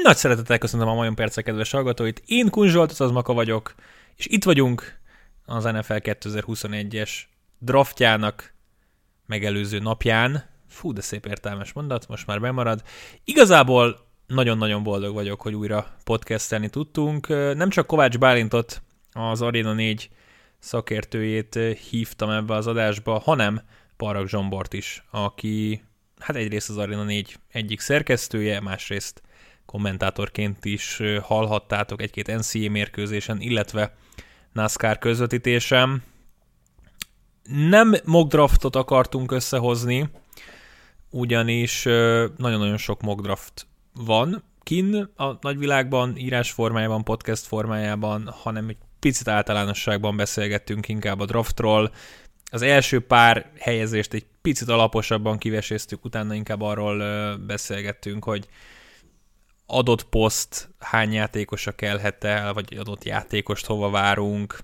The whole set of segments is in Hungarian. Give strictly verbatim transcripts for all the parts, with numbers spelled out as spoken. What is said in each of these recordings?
Nagy szeretettel köszöntöm a Majom Percek kedves hallgatóit. Én Kun Zsolt, az Maka vagyok, és itt vagyunk az en ef el kétezer-huszonegyes draftjának megelőző napján. Fú, de szép értelmes mondat, most már bemarad. Igazából nagyon-nagyon boldog vagyok, hogy újra podcastelni tudtunk. Nem csak Kovács Bálintot, az Arena négy szakértőjét hívtam ebbe az adásba, hanem Parrak Zsombort is, aki hát egyrészt az Arena négy egyik szerkesztője, másrészt kommentátorként is hallhattátok egy-két en cé á á mérkőzésen, illetve NASCAR közvetítésen. Nem mock draftot akartunk összehozni, ugyanis nagyon-nagyon sok mock draft van kinn a nagyvilágban, írás formájában, podcast formájában, hanem egy picit általánosságban beszélgettünk inkább a draftról. Az első pár helyezést egy picit alaposabban kiveséztük, utána inkább arról beszélgettünk, hogy adott poszt hány játékosa kellhet-e, vagy adott játékost hova várunk,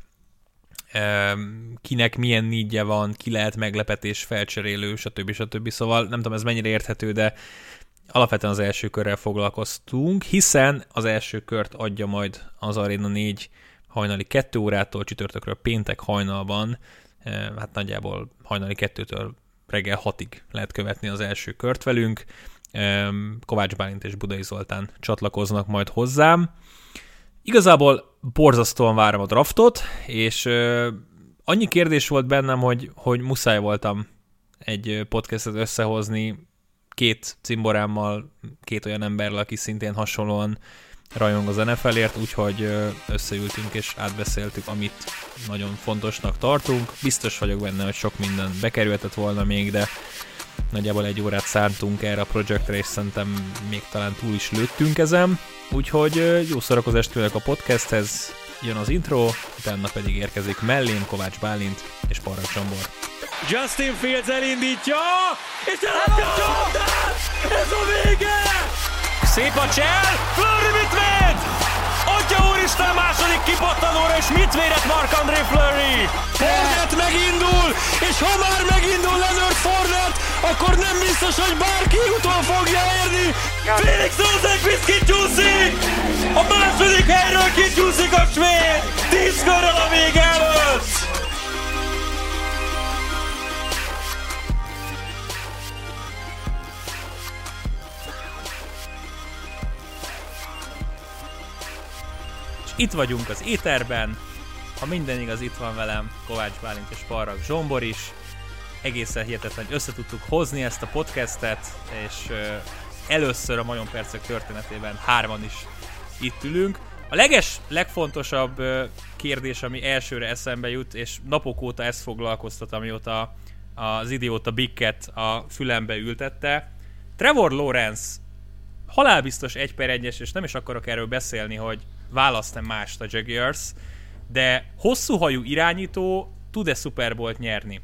kinek milyen needje van, ki lehet meglepetés, felcserélő, stb. stb. Szóval nem tudom, ez mennyire érthető, de alapvetően az első körrel foglalkoztunk, hiszen az első kört adja majd az Arena négy hajnali kettő órától, csütörtökről péntek hajnalban, hát nagyjából hajnali kettőtől reggel hatig lehet követni az első kört velünk. Kovács Bálint és Budai Zoltán csatlakoznak majd hozzám. Igazából borzasztóan várom a draftot, és annyi kérdés volt bennem, hogy, hogy muszáj voltam egy podcastet összehozni két cimborámmal, két olyan emberrel, aki szintén hasonlóan rajong az en ef elért, úgyhogy összeültünk és átbeszéltük, amit nagyon fontosnak tartunk. Biztos vagyok benne, hogy sok minden bekerülhetett volna még, de nagyjából egy órát szántunk erre a projektre, és szerintem még talán túl is lőttünk ezen. Úgyhogy jó szórakozást kívánok a podcasthez, jön az intro, utána pedig érkezik mellém Kovács Bálint és Parrak Zsombor. Justin Fields elindítja, és elindítja! Ez a vége! Szép a csel, Fleury mit véd? Atya úristen, második kipattanóra, és mit védett Marc-André Fleury? Fournette megindul, és ha már megindul Leonard Fournette, akkor nem biztos, hogy bárki utol fogja érni. Felix Rosenqvist kicsúszik! A második helyről kicsúszik a svéd! Tíz körrel a vége előtt! Itt vagyunk az éterben, ha minden igaz, itt van velem Kovács Bálint és Parrak Zsombor is. Egészen hihetetlen, hogy összetudtuk hozni ezt a podcastet, és először a Majom Percek történetében hárman is itt ülünk. A leges, legfontosabb kérdés, ami elsőre eszembe jut, és napok óta ezt foglalkoztat, amióta az idióta Bigget a fülembe ültette. Trevor Lawrence halálbiztos egy per egyes, és nem is akarok erről beszélni, hogy választ-e mást a Jaguars, de hosszú hajú irányító tud-e Super Bowl-t nyerni?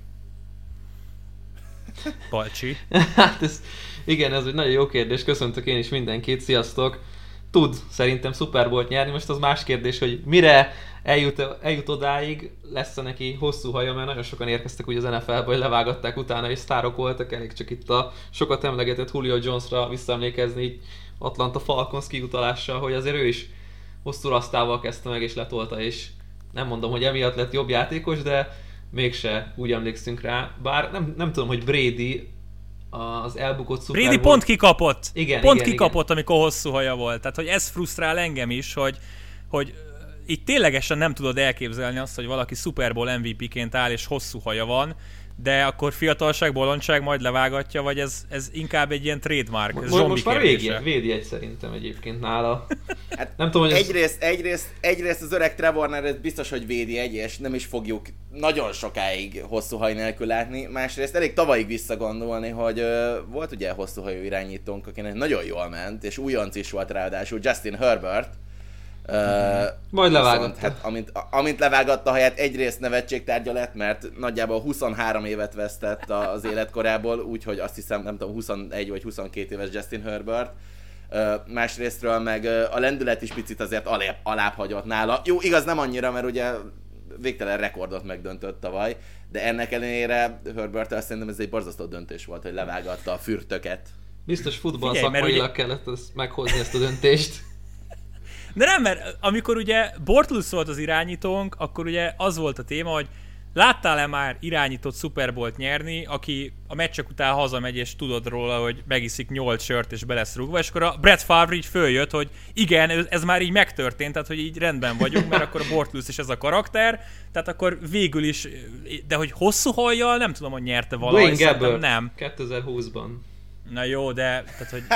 Balcsi. Hát ez, igen, ez egy nagyon jó kérdés, köszöntök én is mindenkit, sziasztok! Tud szerintem Super Bowl-t nyerni, most az más kérdés, hogy mire eljut, eljut odáig, lesz-e neki hosszú haja, mert nagyon sokan érkeztek úgy az en ef el-be, hogy levágatták utána, és sztárok voltak, elég csak itt a sokat emlegetett Julio Jonesra visszaemlékezni, így Atlanta Falcons kiutalással, hogy azért ő is hosszú rasztával kezdte meg és letolta, és nem mondom, hogy emiatt lett jobb játékos, de mégse úgy emlékszünk rá. Bár nem, nem tudom, hogy Brady az elbukott Super Brady pont kikapott. Igen, pont igen, kikapott, igen. amikor hosszú haja volt. Tehát, hogy ez frusztrál engem is, hogy, hogy így ténylegesen nem tudod elképzelni azt, hogy valaki Super Bowl em vé pé-ként áll és hosszú haja van, de akkor fiatalság, bolondság majd levágatja, vagy ez, ez inkább egy ilyen trademark, ez most, most már védi, védi egy szerintem egyébként nála. Hát nem tudom, hogy egyrészt, ez... egyrészt, egyrészt az öreg Trevornál ez biztos, hogy védi egy, és nem is fogjuk nagyon sokáig hosszú haj nélkül látni. Másrészt elég tavalyig visszagondolni, hogy uh, volt ugye hosszú hajú irányítónk, akinek nagyon jól ment, és újonc is volt ráadásul, Justin Herbert. Uh, Majd levágatta. Hát, amint, amint levágatta a haját, egyrészt nevetségtárgya lett, mert nagyjából huszonhárom évet vesztett az életkorából, úgyhogy azt hiszem, nem tudom, huszonegy vagy huszonkét éves Justin Herbert. Uh, másrésztről meg uh, a lendület is picit azért alább, alább hagyott nála. Jó, igaz, nem annyira, mert ugye végtelen rekordot megdöntött tavaly, de ennek ellenére Herbert-tel szerintem ez egy borzasztó döntés volt, hogy levágatta a fürtöket. Biztos futball szakmailag ugye... kellett ezt meghozni ezt a döntést. De nem, mert amikor ugye Bortles volt az irányítónk, akkor ugye az volt a téma, hogy láttál-e már irányított Super Bowl-t nyerni, aki a meccsek után hazamegy, és tudod róla, hogy megiszik nyolc sört, és be lesz rúgva, és akkor a Brett Favre így följött, hogy igen, ez már így megtörtént, tehát hogy így rendben vagyunk, mert akkor a Bortles is ez a karakter, tehát akkor végül is, de hogy hosszú hajjal, nem tudom, hogy nyerte valahogy, nem. kétezer-húszban. Na jó, de tehát, hogy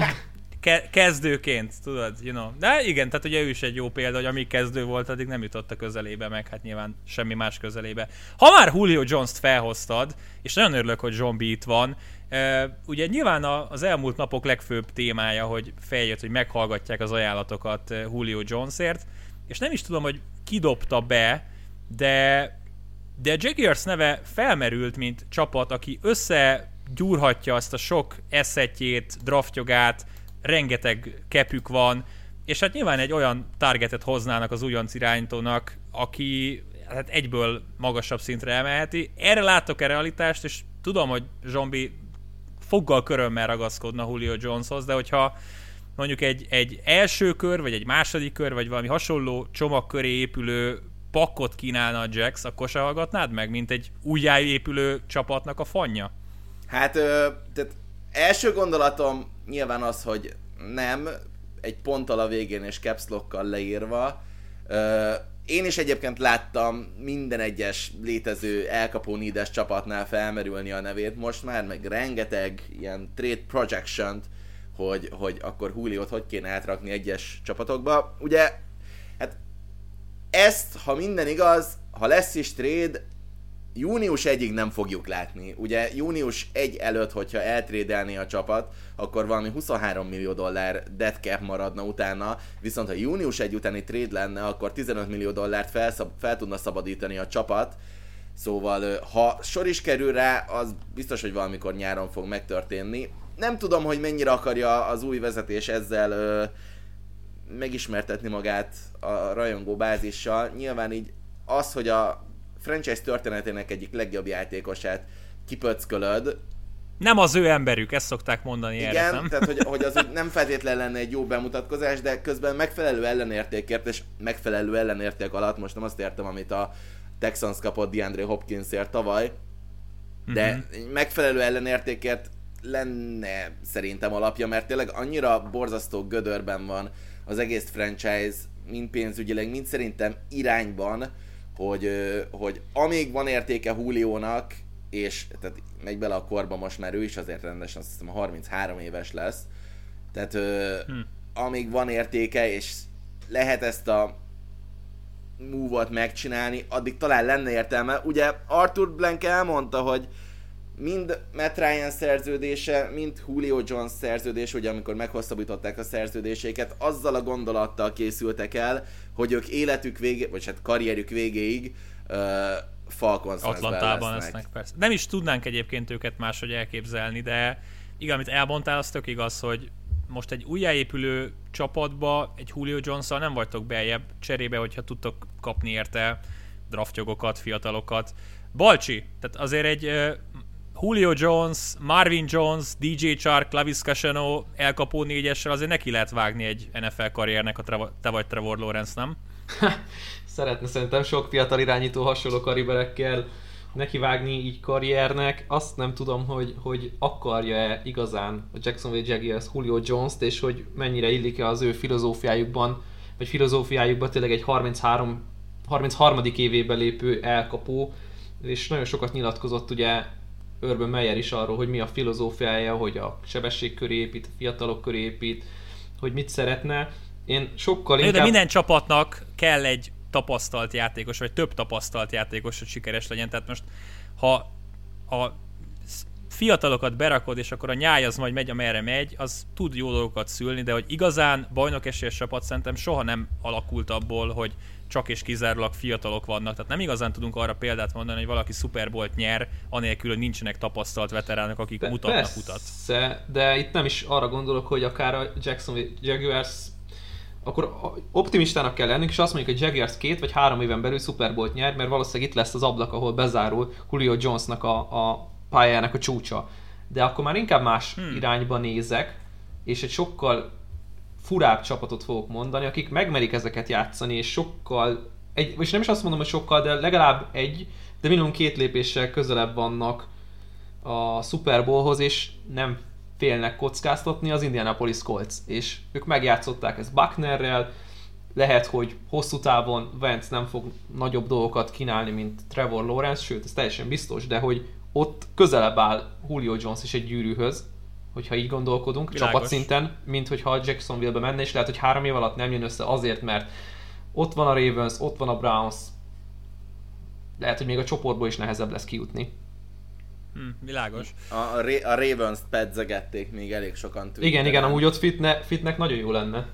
ke- kezdőként, tudod, you know. De igen, tehát ugye ő is egy jó példa, hogy amíg kezdő volt, addig nem jutott a közelébe, meg hát nyilván semmi más közelébe. Ha már Julio Jones-t felhoztad, és nagyon örülök, hogy John B. itt van, uh, ugye nyilván az elmúlt napok legfőbb témája, hogy feljött, hogy meghallgatják az ajánlatokat Julio Jonesért, és nem is tudom, hogy ki dobta be, de, de a Jaguars neve felmerült, mint csapat, aki összegyúrhatja azt a sok eszetjét, draftjogát, rengeteg kepük van, és hát nyilván egy olyan targetet hoznának az újonc irányítónak, aki hát egyből magasabb szintre emelheti. Erre látok-e realitást, és tudom, hogy Zsombi foggal körömmel ragaszkodna Julio Joneshoz, de hogyha mondjuk egy, egy első kör, vagy egy második kör, vagy valami hasonló csomag köré épülő pakkot kínálna a Jacks, akkor se hallgatnád meg, mint egy újjáépülő csapatnak a fanja? Hát, ö, tehát első gondolatom nyilván az, hogy nem, egy ponttal a végén és caps lockkal leírva. Ö, én is egyébként láttam minden egyes létező El Capone-ides csapatnál felmerülni a nevét most már, meg rengeteg ilyen trade projection-t, hogy, hogy akkor Juliót hogy kéne átrakni egyes csapatokba. Ugye, hát ezt, ha minden igaz, ha lesz is trade, június egyig nem fogjuk látni. Ugye június egy előtt, hogyha eltrédelné a csapat, akkor valami huszonhárom millió dollár dead cap maradna utána, viszont ha június egy utáni trade lenne, akkor tizenöt millió dollárt felszab- fel tudna szabadítani a csapat. Szóval ha sor is kerül rá, az biztos, hogy valamikor nyáron fog megtörténni. Nem tudom, hogy mennyire akarja az új vezetés ezzel ö, megismertetni magát a rajongó bázissal. Nyilván így az, hogy a franchise történetének egyik legjobb játékosát kipöckölöd. Nem az ő emberük, ezt szokták mondani. Igen, erre, nem? tehát hogy, hogy az nem feltétlenül lenne egy jó bemutatkozás, de közben megfelelő ellenértékért, és megfelelő ellenérték alatt most nem azt értem, amit a Texans kapott DeAndre Hopkinsért tavaly, de mm-hmm. megfelelő ellenértékért lenne szerintem alapja, mert tényleg annyira borzasztó gödörben van az egész franchise, mind pénzügyileg, mind szerintem irányban, hogy, hogy amíg van értéke Juliónak, és tehát megy bele a korba most már ő is azért rendesen, azt hiszem harminchárom éves lesz, tehát hm. amíg van értéke, és lehet ezt a move-ot megcsinálni, addig talán lenne értelme. Ugye Arthur Blank elmondta, hogy mind Matt Ryan szerződése, mind Julio Jones szerződés, ugye amikor meghosszabbították a szerződéseiket, azzal a gondolattal készültek el, hogy ők életük végé, vagy hát karrierük végéig uh, Falcons Atlantában lesznek. Persze. Nem is tudnánk egyébként őket máshogy elképzelni, de igen, amit elmondtál, az tök igaz, hogy most egy újjáépülő csapatba egy Julio Jones-szal nem vagytok beljebb cserébe, hogyha tudtok kapni érte draftjogokat, fiatalokat. Balcsi, tehát azért egy uh, Julio Jones, Marvin Jones, dé jé Chark, Laviska Shenault, El Capone négyessel azért neki lehet vágni egy en ef el karriernek, a Trevor, te vagy Trevor Lawrence, nem? Szeretne szerintem sok fiatal irányító hasonló kaliberekkel nekivágni így karriernek. Azt nem tudom, hogy, hogy akarja-e igazán a Jacksonville Jaguars Julio Jones-t, és hogy mennyire illik-e az ő filozófiájukban, vagy filozófiájukban tényleg egy harminchárom, harmincharmadik évébe lépő El Capo, és nagyon sokat nyilatkozott ugye Urban Meyer is arról, hogy mi a filozófiája, hogy a sebesség köré épít, a fiatalok köré épít, hogy mit szeretne. Én sokkal inkább... De minden csapatnak kell egy tapasztalt játékos, vagy több tapasztalt játékos, hogy sikeres legyen. Tehát most, ha a fiatalokat berakod, és akkor a nyáj az majd megy, amerre megy, az tud jó dolgokat szülni, de hogy igazán bajnokesélyes csapat szerintem soha nem alakult abból, hogy csak és kizárólag fiatalok vannak. Tehát nem igazán tudunk arra példát mondani, hogy valaki Super Bowl-t nyer, anélkül, hogy nincsenek tapasztalt veteránok, akik de mutatnak persze, utat. Persze, de itt nem is arra gondolok, hogy akár a Jacksonville Jaguars, akkor optimistának kell lennünk, és azt mondjuk, hogy Jaguars két vagy három éven belül Super Bowl-t nyer, mert valószínűleg itt lesz az ablak, ahol bezárul Julio Jonesnak a, a pályájának a csúcsa. de akkor már inkább más hmm. irányba nézek, és egy sokkal furább csapatot fogok mondani, akik megmerik ezeket játszani, és sokkal, egy, és nem is azt mondom, hogy sokkal, de legalább egy, de minimum két lépéssel közelebb vannak a Super Bowlhoz, és nem félnek kockáztatni, az Indianapolis Colts. És ők megjátszották ezt Bucknerrel, lehet, hogy hosszú távon Wentz nem fog nagyobb dolgokat kínálni, mint Trevor Lawrence, sőt, ez teljesen biztos, de hogy ott közelebb áll Julio Jones is egy gyűrűhöz, hogyha így gondolkodunk, Világos. csapatszinten, mint hogyha Jacksonville-be menne, és lehet, hogy három év alatt nem jön össze azért, mert ott van a Ravens, ott van a Browns, lehet, hogy még a csoportból is nehezebb lesz kijutni. Hmm, világos. A, a, Ra- a Ravens-t pedzegették még elég sokan Twitteren. Igen, igen, amúgy ott fitne, fitnek nagyon jó lenne.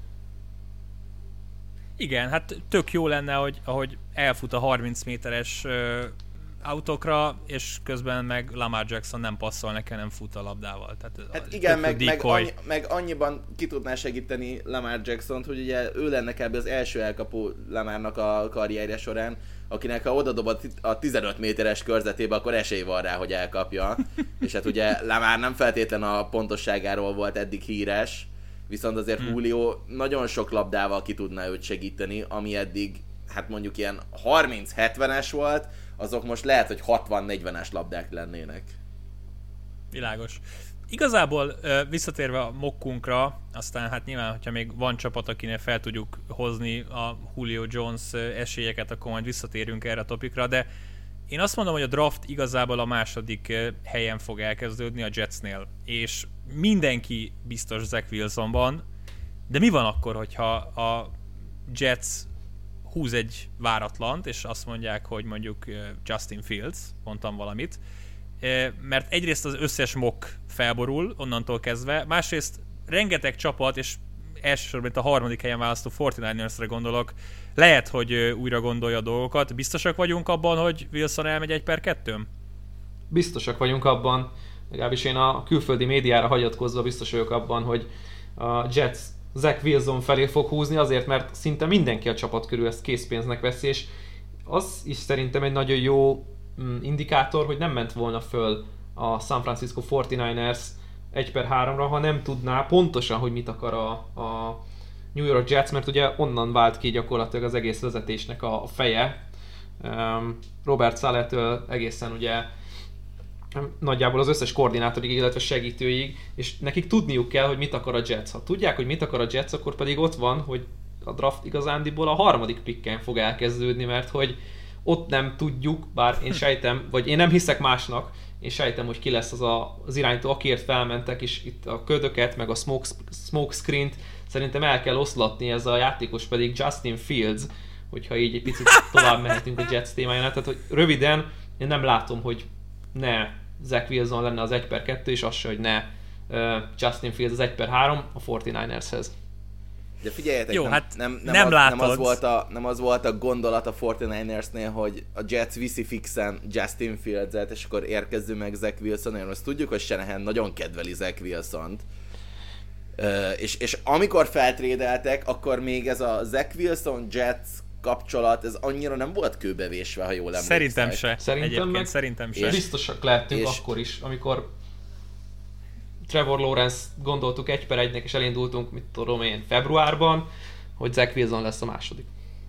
Igen, hát tök jó lenne, hogy, ahogy elfut a harminc méteres ö, autókra, és közben meg Lamar Jackson nem passzol neki, nem fut a labdával. Tehát hát igen, meg, meg, annyi, meg annyiban ki tudná segíteni Lamar Jacksont, hogy ugye ő lenne kb. Az első elkapó Lamarnak a karrierje során, akinek ha odadob a tizenöt méteres körzetébe, akkor esély van rá, hogy elkapja. És hát ugye Lamar nem feltétlen a pontosságáról volt eddig híres, viszont azért hmm. Julio nagyon sok labdával ki tudná őt segíteni, ami eddig, hát mondjuk ilyen harminc hetvenes volt, azok most lehet, hogy hatvan negyvenes labdák lennének. Világos. Igazából visszatérve a mokkunkra, aztán hát nyilván, hogyha még van csapat, akinek fel tudjuk hozni a Julio Jones esélyeket, akkor majd visszatérünk erre a topikra, de én azt mondom, hogy a draft igazából a második helyen fog elkezdődni a Jetsnél, és mindenki biztos Zach Wilsonban, de mi van akkor, hogyha a Jets húz egy váratlant, és azt mondják, hogy mondjuk Justin Fields, mondtam valamit, mert egyrészt az összes mock felborul onnantól kezdve, másrészt rengeteg csapat, és elsősorban itt a harmadik helyen választó negyvenkilencesre gondolok, lehet, hogy újra gondolja a dolgokat. Biztosak vagyunk abban, hogy Wilson elmegy egy per kettőn? Biztosak vagyunk abban, legalábbis én a külföldi médiára hagyatkozva biztos vagyok abban, hogy a Jets Zach Wilson felé fog húzni, azért, mert szinte mindenki a csapat körül ezt készpénznek veszi, és az is szerintem egy nagyon jó indikátor, hogy nem ment volna föl a San Francisco negyvenkilencesek egy per háromra, ha nem tudná pontosan, hogy mit akar a, a New York Jets, mert ugye onnan vált ki gyakorlatilag az egész vezetésnek a, a feje. Robert Saleh-től egészen ugye nagyjából az összes koordinátorig, illetve segítőig, és nekik tudniuk kell, hogy mit akar a Jets. Ha tudják, hogy mit akar a Jets, akkor pedig ott van, hogy a draft igazándiból a harmadik picken fog elkezdődni, mert hogy ott nem tudjuk, bár én sejtem, vagy én nem hiszek másnak, én sejtem, hogy ki lesz az a, az iránytó, akiért felmentek, és itt a ködöket, meg a smoke, smoke screen-t szerintem el kell oszlatni, ez a játékos pedig Justin Fields, hogyha így egy picit tovább mehetünk a Jets témájánál. Tehát, hogy röviden, én nem látom, hogy ne Zach Wilson lenne az egy per kettő, és az se, hogy ne uh, Justin Fields az egy per három a negyvenkilenceshez. De figyeljetek, Jó, nem, hát nem, nem, nem, az, látod. nem, az volt a, nem az volt a gondolat a negyvenkilencesnél, hogy a Jets viszi fixen Justin Fields-et, és akkor érkezzünk meg Zach Wilson-on. Azt tudjuk, hogy Shanahan nagyon kedveli Zach Wilson-t. Uh, és, és amikor feltrédeltek, akkor még ez a Zach Wilson-Jets kapcsolat, ez annyira nem volt kőbevésve, ha jól emlékszem. Szerintem se. Szerintem Egyébként meg, szerintem se. És biztosak lehetünk és, akkor is, amikor Trevor Lawrence gondoltuk egy per egynek, és elindultunk, mit tudom én, februárban, hogy Zach Wilson lesz a második.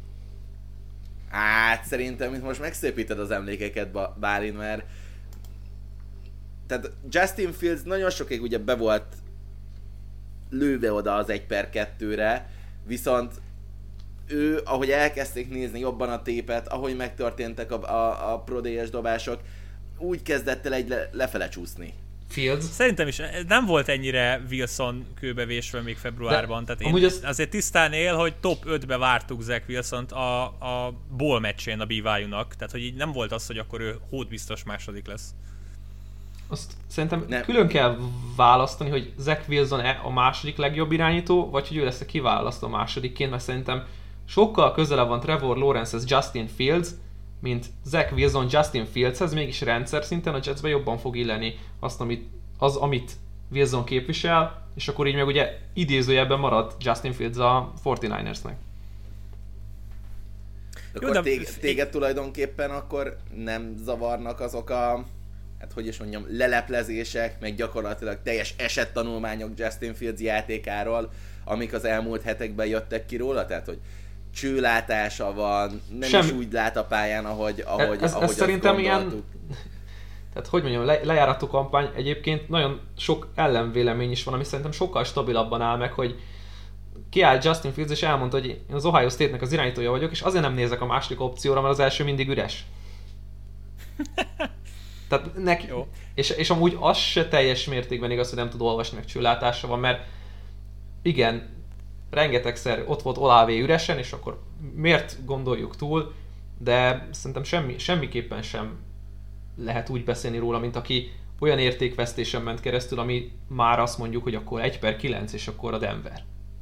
Hát szerintem itt most megszépíted az emlékeket, Bálint, mert tehát Justin Fields nagyon sokáig ugye be volt lőve oda az egy per kettőre, viszont ő, ahogy elkezdték nézni jobban a tépet, ahogy megtörténtek a, a, a Pro Day-es dobások, úgy kezdett el egy le, lefele csúszni. Fields? Szerintem is nem volt ennyire Wilson kőbevésve még februárban, de tehát én az... azért tisztán él, hogy top ötbe vártuk Zach Wilsont a, a bowl meccsén a bé vé u-nak, tehát hogy így nem volt az, hogy akkor ő hódbiztos második lesz. Azt szerintem nem. Külön kell választani, hogy Zach Wilson-e a második legjobb irányító, vagy hogy ő lesz a kiválasztó másodikként, mert szerintem sokkal közelebb van Trevor Lawrencehez Justin Fields, mint Zach Wilson Justin Fieldshez, mégis rendszer szinten a Jetsbe jobban fog illeni azt, amit, az, amit Wilson képvisel, és akkor így meg ugye idézőjelben marad Justin Fields a negyvenkilencesnek. Akkor Jó, de... téged, téged tulajdonképpen akkor nem zavarnak azok a hát hogy is mondjam, leleplezések, meg gyakorlatilag teljes esettanulmányok Justin Fields játékáról, amik az elmúlt hetekben jöttek ki róla, tehát hogy csőlátása van, nem Sem... is úgy lát a pályán, ahogy, ahogy, ez, ahogy ez azt szerintem gondoltuk. Ilyen, tehát hogy mondjam, le, lejárató kampány, egyébként nagyon sok ellenvélemény is van, ami szerintem sokkal stabilabban áll meg, hogy kiállt Justin Fields és elmondta, hogy én az Ohio State-nek az irányítója vagyok, és azért nem nézek a második opcióra, mert az első mindig üres. Tehát neki, és, és amúgy az se teljes mértékben igaz, hogy nem tud olvasni, meg csőlátása van, mert igen, rengetegszer ott volt Olave üresen, és akkor miért gondoljuk túl, de szerintem semmi, semmiképpen sem lehet úgy beszélni róla, mint aki olyan értékvesztésen ment keresztül, ami már azt mondjuk, hogy akkor egy per kilenc, és akkor a Denver.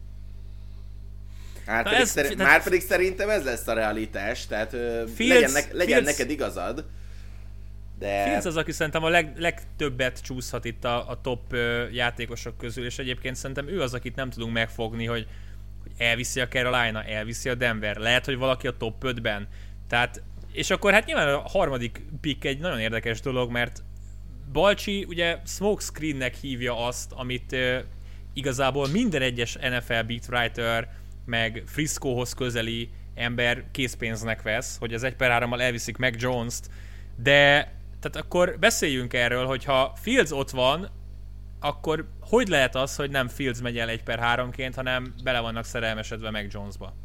Már pedig, ez, szeri- tehát... már pedig szerintem ez lesz a realitás, tehát Fields, legyen, ne- legyen Fields... neked igazad. De... Fields az, aki szerintem a leg, legtöbbet csúszhat itt a, a top ö, játékosok közül, és egyébként szerintem ő az, akit nem tudunk megfogni, hogy, hogy elviszi a Carolina, elviszi a Denver, lehet, hogy valaki a top ötben. Tehát, és akkor hát nyilván a harmadik pick egy nagyon érdekes dolog, mert Balcsi ugye smokescreennek hívja azt, amit ö, igazából minden egyes en ef el beat writer, meg Friscohoz közeli ember készpénznek vesz, hogy az egy per hárommal elviszik meg Jones-t, de tehát akkor beszéljünk erről, hogyha Fields ott van, akkor hogy lehet az, hogy nem Fields megy el egy per háromként, hanem bele vannak szerelmesedve meg Jonesba?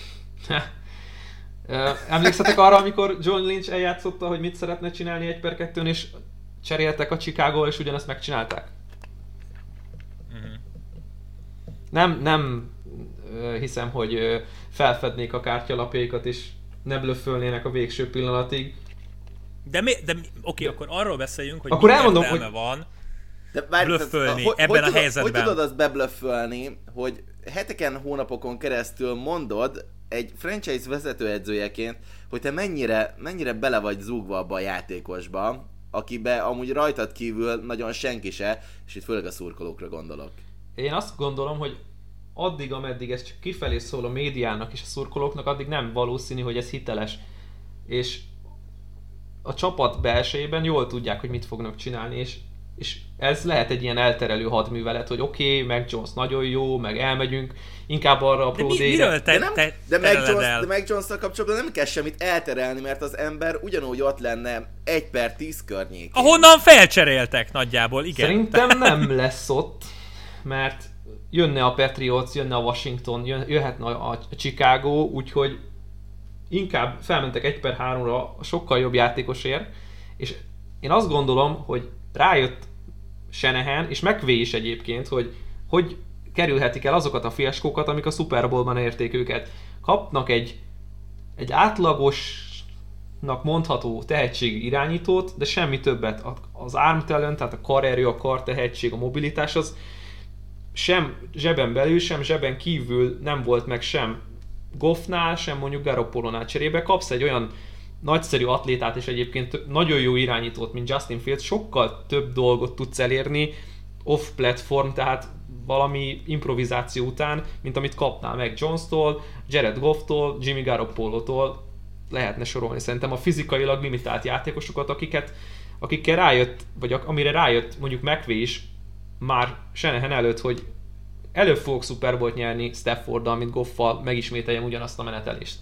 Emlékszetek arra, amikor John Lynch eljátszotta, hogy mit szeretne csinálni egy per kettőn, és cseréltek a Chicago, és ugyanezt megcsinálták? Uh-huh. Nem, nem hiszem, hogy felfednék a kártyalapjaikat, és ne blöffölnének a végső pillanatig. De, mi, de mi, oké, akkor arról beszéljünk, hogy akkor mi elmondom, értelme hogy... van de bár, blöffölni hogy, ebben hogy a tudod, helyzetben. Hogy tudod azt beblöffölni, hogy heteken, hónapokon keresztül mondod egy franchise vezetőedzőjeként, hogy te mennyire, mennyire bele vagy zúgva abba a játékosba, akibe amúgy rajtad kívül nagyon senki se, és itt főleg a szurkolókra gondolok. Én azt gondolom, hogy addig, ameddig ez csak kifelé szól a médiának és a szurkolóknak, addig nem valószínű, hogy ez hiteles. És a csapat belsejében jól tudják, hogy mit fognak csinálni, és, és ez lehet egy ilyen elterelő hadművelet, hogy oké, okay, Mac Jones nagyon jó, meg elmegyünk, inkább arra a pro de mi, miről te, de nem, te de Mac Jones, de Mac Jones-tal kapcsolatban nem kell semmit elterelni, mert az ember ugyanúgy ott lenne egy per tíz környékén. Ahonnan felcseréltek nagyjából, igen. Szerintem nem lesz ott, mert jönne a Patriots, jönne a Washington, jön, jöhetne a, a Chicago, úgyhogy inkább felmentek egy per háromra sokkal jobb játékosért, és én azt gondolom, hogy rájött Shanahan, és McVay is egyébként, hogy hogy kerülhetik el azokat a fiaskókat, amik a Super Bowl-ban érték őket. Kapnak egy, egy átlagosnak mondható tehetségi irányítót, de semmi többet. Az arm talent, tehát a karerő, a kartehetség, a mobilitás, az sem zseben belül, sem zseben kívül nem volt meg sem Goffnál, sem mondjuk Garoppolónál. Cserébe kapsz egy olyan nagyszerű atlétát és egyébként nagyon jó irányítót, mint Justin Fields, sokkal több dolgot tudsz elérni off-platform, tehát valami improvizáció után, mint amit kapnál meg Jones-tól, Jared Goff-tól, Jimmy Garoppolótól, lehetne sorolni szerintem a fizikailag limitált játékosokat, akiket, akikkel rájött, vagy amire rájött mondjuk McVay is már Shanahan előtt, hogy előbb fogok Super Bowl-t nyerni Stafforddal, mint Goffal, megismételjem ugyanazt a menetelést.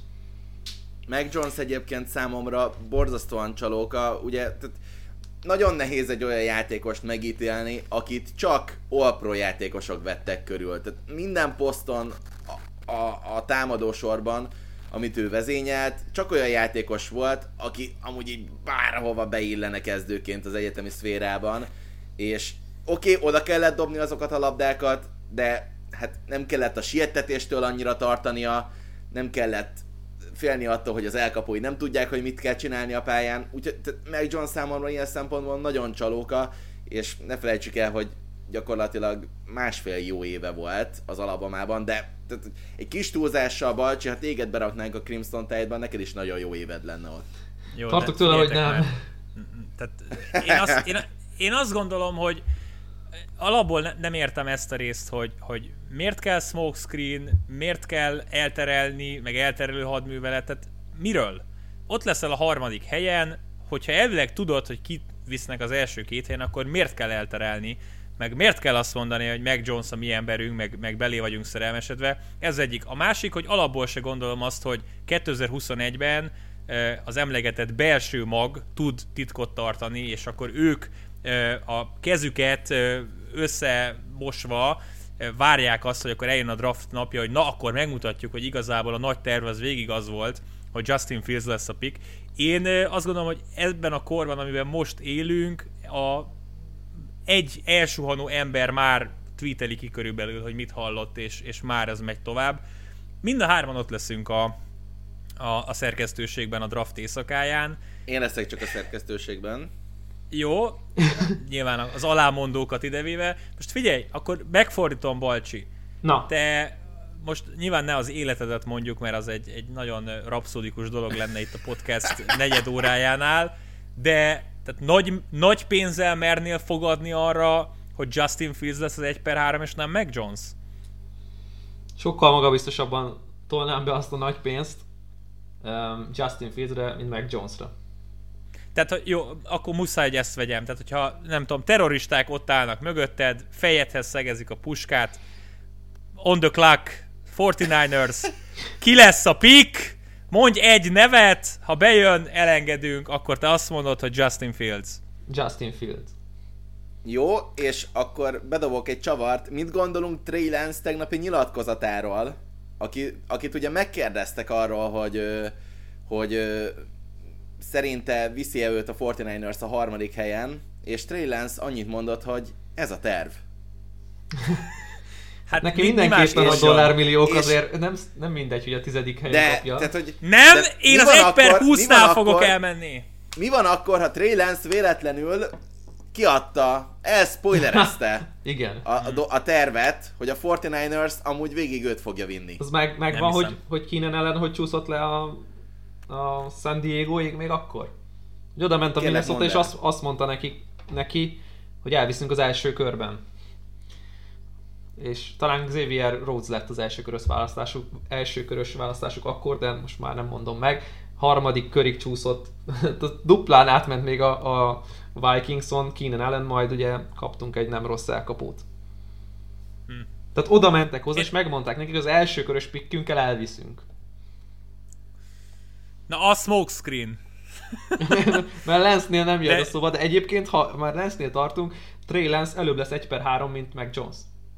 Mac Jones egyébként számomra borzasztóan csalóka, ugye tehát nagyon nehéz egy olyan játékost megítélni, akit csak All-Pro játékosok vettek körül. Tehát minden poszton a, a, a támadósorban, amit ő vezényelt, csak olyan játékos volt, aki amúgy így bárhova beillene kezdőként az egyetemi szférában, és oké, okay, oda kellett dobni azokat a labdákat, de hát nem kellett a sietetéstől annyira tartania, nem kellett félni attól, hogy az elkapói nem tudják, hogy mit kell csinálni a pályán. Úgyhogy Mac Jones számomra ilyen szempontból nagyon csalóka, és ne felejtsük el, hogy gyakorlatilag másfél jó éve volt az Alabamában, de tehát egy kis túlzással, Balcsi, ha téged beraknánk a Crimson Tide-ban, neked is nagyon jó éved lenne ott. Jó, tartok tőle, hogy nem. Már, tehát én, azt, én, én azt gondolom, hogy alapból ne, nem értem ezt a részt, hogy, hogy miért kell smokescreen, miért kell elterelni, meg elterelő hadműveletet, miről? Ott leszel a harmadik helyen, hogyha elvileg tudod, hogy ki visznek az első két helyen, akkor miért kell elterelni, meg miért kell azt mondani, hogy Mac Jones a mi emberünk, meg, meg belé vagyunk szerelmesedve. Ez egyik. A másik, hogy alapból se gondolom azt, hogy kétezer-huszonegyben az emlegetett belső mag tud titkot tartani, és akkor ők a kezüket összemosva várják azt, hogy akkor eljön a draft napja, hogy na, akkor megmutatjuk, hogy igazából a nagy terv az végig az volt, hogy Justin Fields lesz a pick. Én azt gondolom, hogy ebben a korban, amiben most élünk, a egy elsuhanó ember már tweeteli ki körülbelül, hogy mit hallott, és, és már ez megy tovább. Mind a hárman ott leszünk a, a, a szerkesztőségben a draft éjszakáján. Én leszek csak a szerkesztőségben. Jó, nyilván az alámondókat idevéve. Most figyelj, akkor megfordítom, Balcsi. Na. Te most nyilván ne az életedet mondjuk, mert az egy, egy nagyon rapszódikus dolog lenne itt a podcast negyed órájánál, de tehát nagy, nagy pénzzel mernél fogadni arra, hogy Justin Fields lesz az egy per három, és nem Mac Jones? Sokkal magabiztosabban tolnám be azt a nagy pénzt um, Justin Fieldsre, mint Mac Jonesra. Tehát jó, akkor muszáj, hogy ezt vegyem. Tehát, hogyha nem tudom, terroristák ott állnak mögötted, fejedhez szegezik a puskát, on the clock, negyvenkilencesek, ki lesz a pick, mondj egy nevet, ha bejön, elengedünk, akkor te azt mondod, hogy Justin Fields. Justin Fields. Jó, és akkor bedobok egy csavart. Mit gondolunk Trey Lance tegnapi nyilatkozatáról, aki, akit ugye megkérdeztek arról, hogy, hogy szerinte viszi-e őt a negyvenkilencesek a harmadik helyen, és Trey Lance annyit mondott, hogy ez a terv. Hát neki mindenképpen a dollármilliók azért nem, nem mindegy, hogy a tizedik helyen de, kapja. Tehát, hogy, nem, de én az egy per húsznál fogok akkor, elmenni. Mi van akkor, ha Trey Lance véletlenül kiadta, elspoilerezte Igen. A, a, a tervet, hogy a negyvenkilencesek amúgy végig őt fogja vinni. Az meg, meg van, hogy, hogy Keenan Allen hogy csúszott le a, a San Diegoig még akkor? Hogy oda ment a Minnesota, és azt, azt mondta neki, neki, hogy elviszünk az első körben. És talán Xavier Rhodes lett az első körös választásuk, első körös választásuk akkor, de most már nem mondom meg. Harmadik körig csúszott, duplán átment még a, a Vikingson, Keenan Allen, majd ugye kaptunk egy nem rossz elkapót. Hmm. Tehát oda mentek hozzá, és, és megmondták nekik, hogy az első körös pikkünkkel elviszünk. Na, a smokescreen. Mert Lance-nél nem jön de... a szóba, de egyébként, ha már Lance-nél tartunk, Trey Lance előbb lesz egy per három, mint Mac Jones.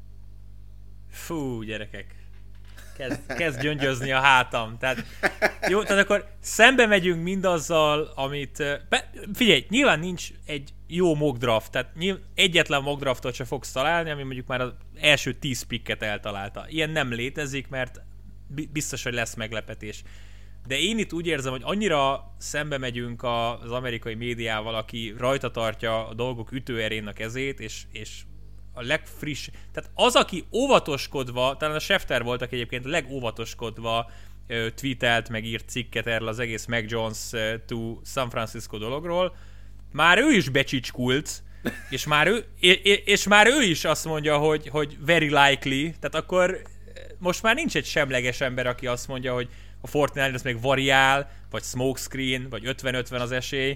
Fú, gyerekek. Kezd, kezd gyöngyözni a hátam. Tehát, jó, tehát akkor szembe megyünk mindazzal, amit... Be, figyelj, nyilván nincs egy jó mock draft, tehát nyilván egyetlen mock draftot se fogsz találni, ami mondjuk már az első tíz picket eltalálta. Ilyen nem létezik, mert biztos, hogy lesz meglepetés. De én itt úgy érzem, hogy annyira szembe megyünk az amerikai médiával, aki rajta tartja a dolgok ütőerén a kezét, és, és a legfriss... Tehát az, aki óvatoskodva, talán a Schefter volt, aki egyébként legóvatoskodva uh, tweetelt, meg írt cikket erről az egész Mac Jones uh, to San Francisco dologról, már ő is becsicskult, és már ő, és, és már ő is azt mondja, hogy, hogy very likely, tehát akkor most már nincs egy semleges ember, aki azt mondja, hogy a negyvenkilences még variál, vagy smokescreen, vagy ötven-ötven az esély.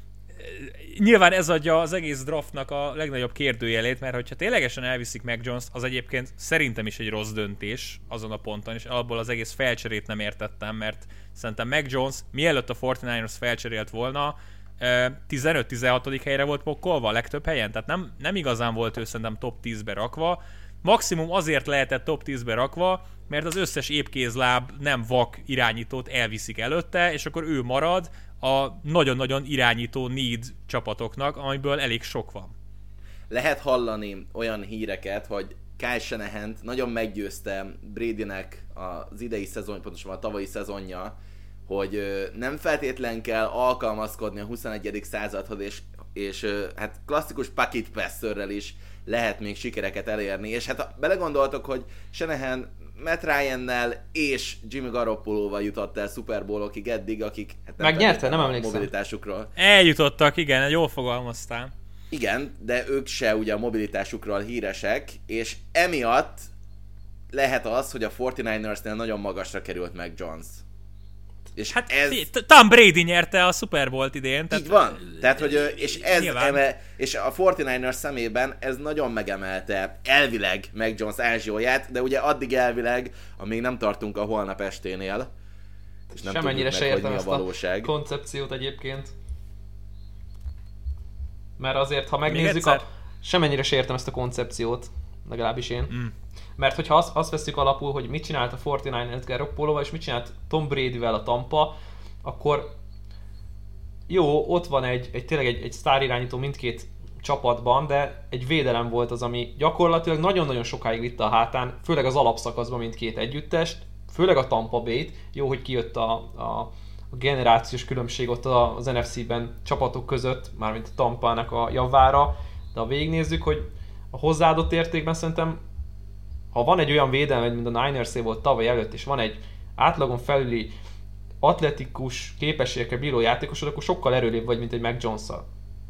Nyilván ez adja az egész draftnak a legnagyobb kérdőjelét, mert hogyha ténylegesen elviszik Mac Jones-t, az egyébként szerintem is egy rossz döntés azon a ponton, és abból az egész felcserét nem értettem, mert szerintem Mac Jones, mielőtt a negyvenkilencesek felcserélt volna, tizenöt-tizenhatodik helyre volt pokkolva a legtöbb helyen, tehát nem, nem igazán volt ő szerintem top tízbe rakva. Maximum azért lehetett top tízbe rakva, mert az összes épkézláb nem vak irányítót elviszik előtte, és akkor ő marad a nagyon-nagyon irányító need csapatoknak, amiből elég sok van. Lehet hallani olyan híreket, hogy Kyle Shanahan nagyon meggyőzte Bradynek az idei szezon, pontosabban a tavalyi szezonja, hogy nem feltétlen kell alkalmazkodni a huszonegyedik századhoz, és, és hát klasszikus pocket passerrel is lehet még sikereket elérni, és hát ha belegondoltok, hogy Shanahan Matt Ryannel és Jimmy Garoppolóval jutott el Super Bowl-okig eddig, akik hát nem megnyerte, nem emlékszem. Mobilitásukról. Eljutottak, igen, jól fogalmaztál. Igen, de ők se ugye a mobilitásukról híresek, és emiatt lehet az, hogy a negyvenkilencesnél nagyon magasra került meg Jones. És hát ez... Tom Brady nyerte a Super Bowl-t idén. Tehát, így van. Tehát, hogy, és, ez eme, és a negyvenkilencesek szemében ez nagyon megemelte elvileg Mac Jones ázsióját, de ugye addig elvileg, amíg nem tartunk a holnap esténél, és nem semennyire tudjuk meg, hogy mi a valóság. A koncepciót egyébként. Mert azért, ha megnézzük, a... semennyire se értem ezt a koncepciót, legalábbis én. Mm. Mert hogyha azt, azt veszük alapul, hogy mit csinált a negyvenkilencesek Garoppoloval, és mit csinált Tom Bradyvel a Tampa, akkor jó, ott van egy, egy tényleg egy, egy sztárirányító mindkét csapatban, de egy védelem volt az, ami gyakorlatilag nagyon-nagyon sokáig vitte a hátán, főleg az alapszakaszban mindkét együttest, főleg a Tampa Bay-t. Jó, hogy kijött a, a, a generációs különbség ott az en ef cé-ben csapatok között, mármint a Tampának a javára, de ha végignézzük, hogy a hozzáadott értékben szerintem, ha van egy olyan védelme, mint a Niners-é volt tavaly előtt, és van egy átlagon felüli atletikus képességekkel bíró játékosod, akkor sokkal erőlébb vagy, mint egy Mac Jones-szal.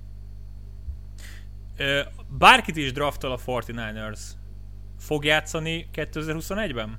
Bárkit is draftol a negyvenkilencesek, fog játszani kétezer-huszonegyben?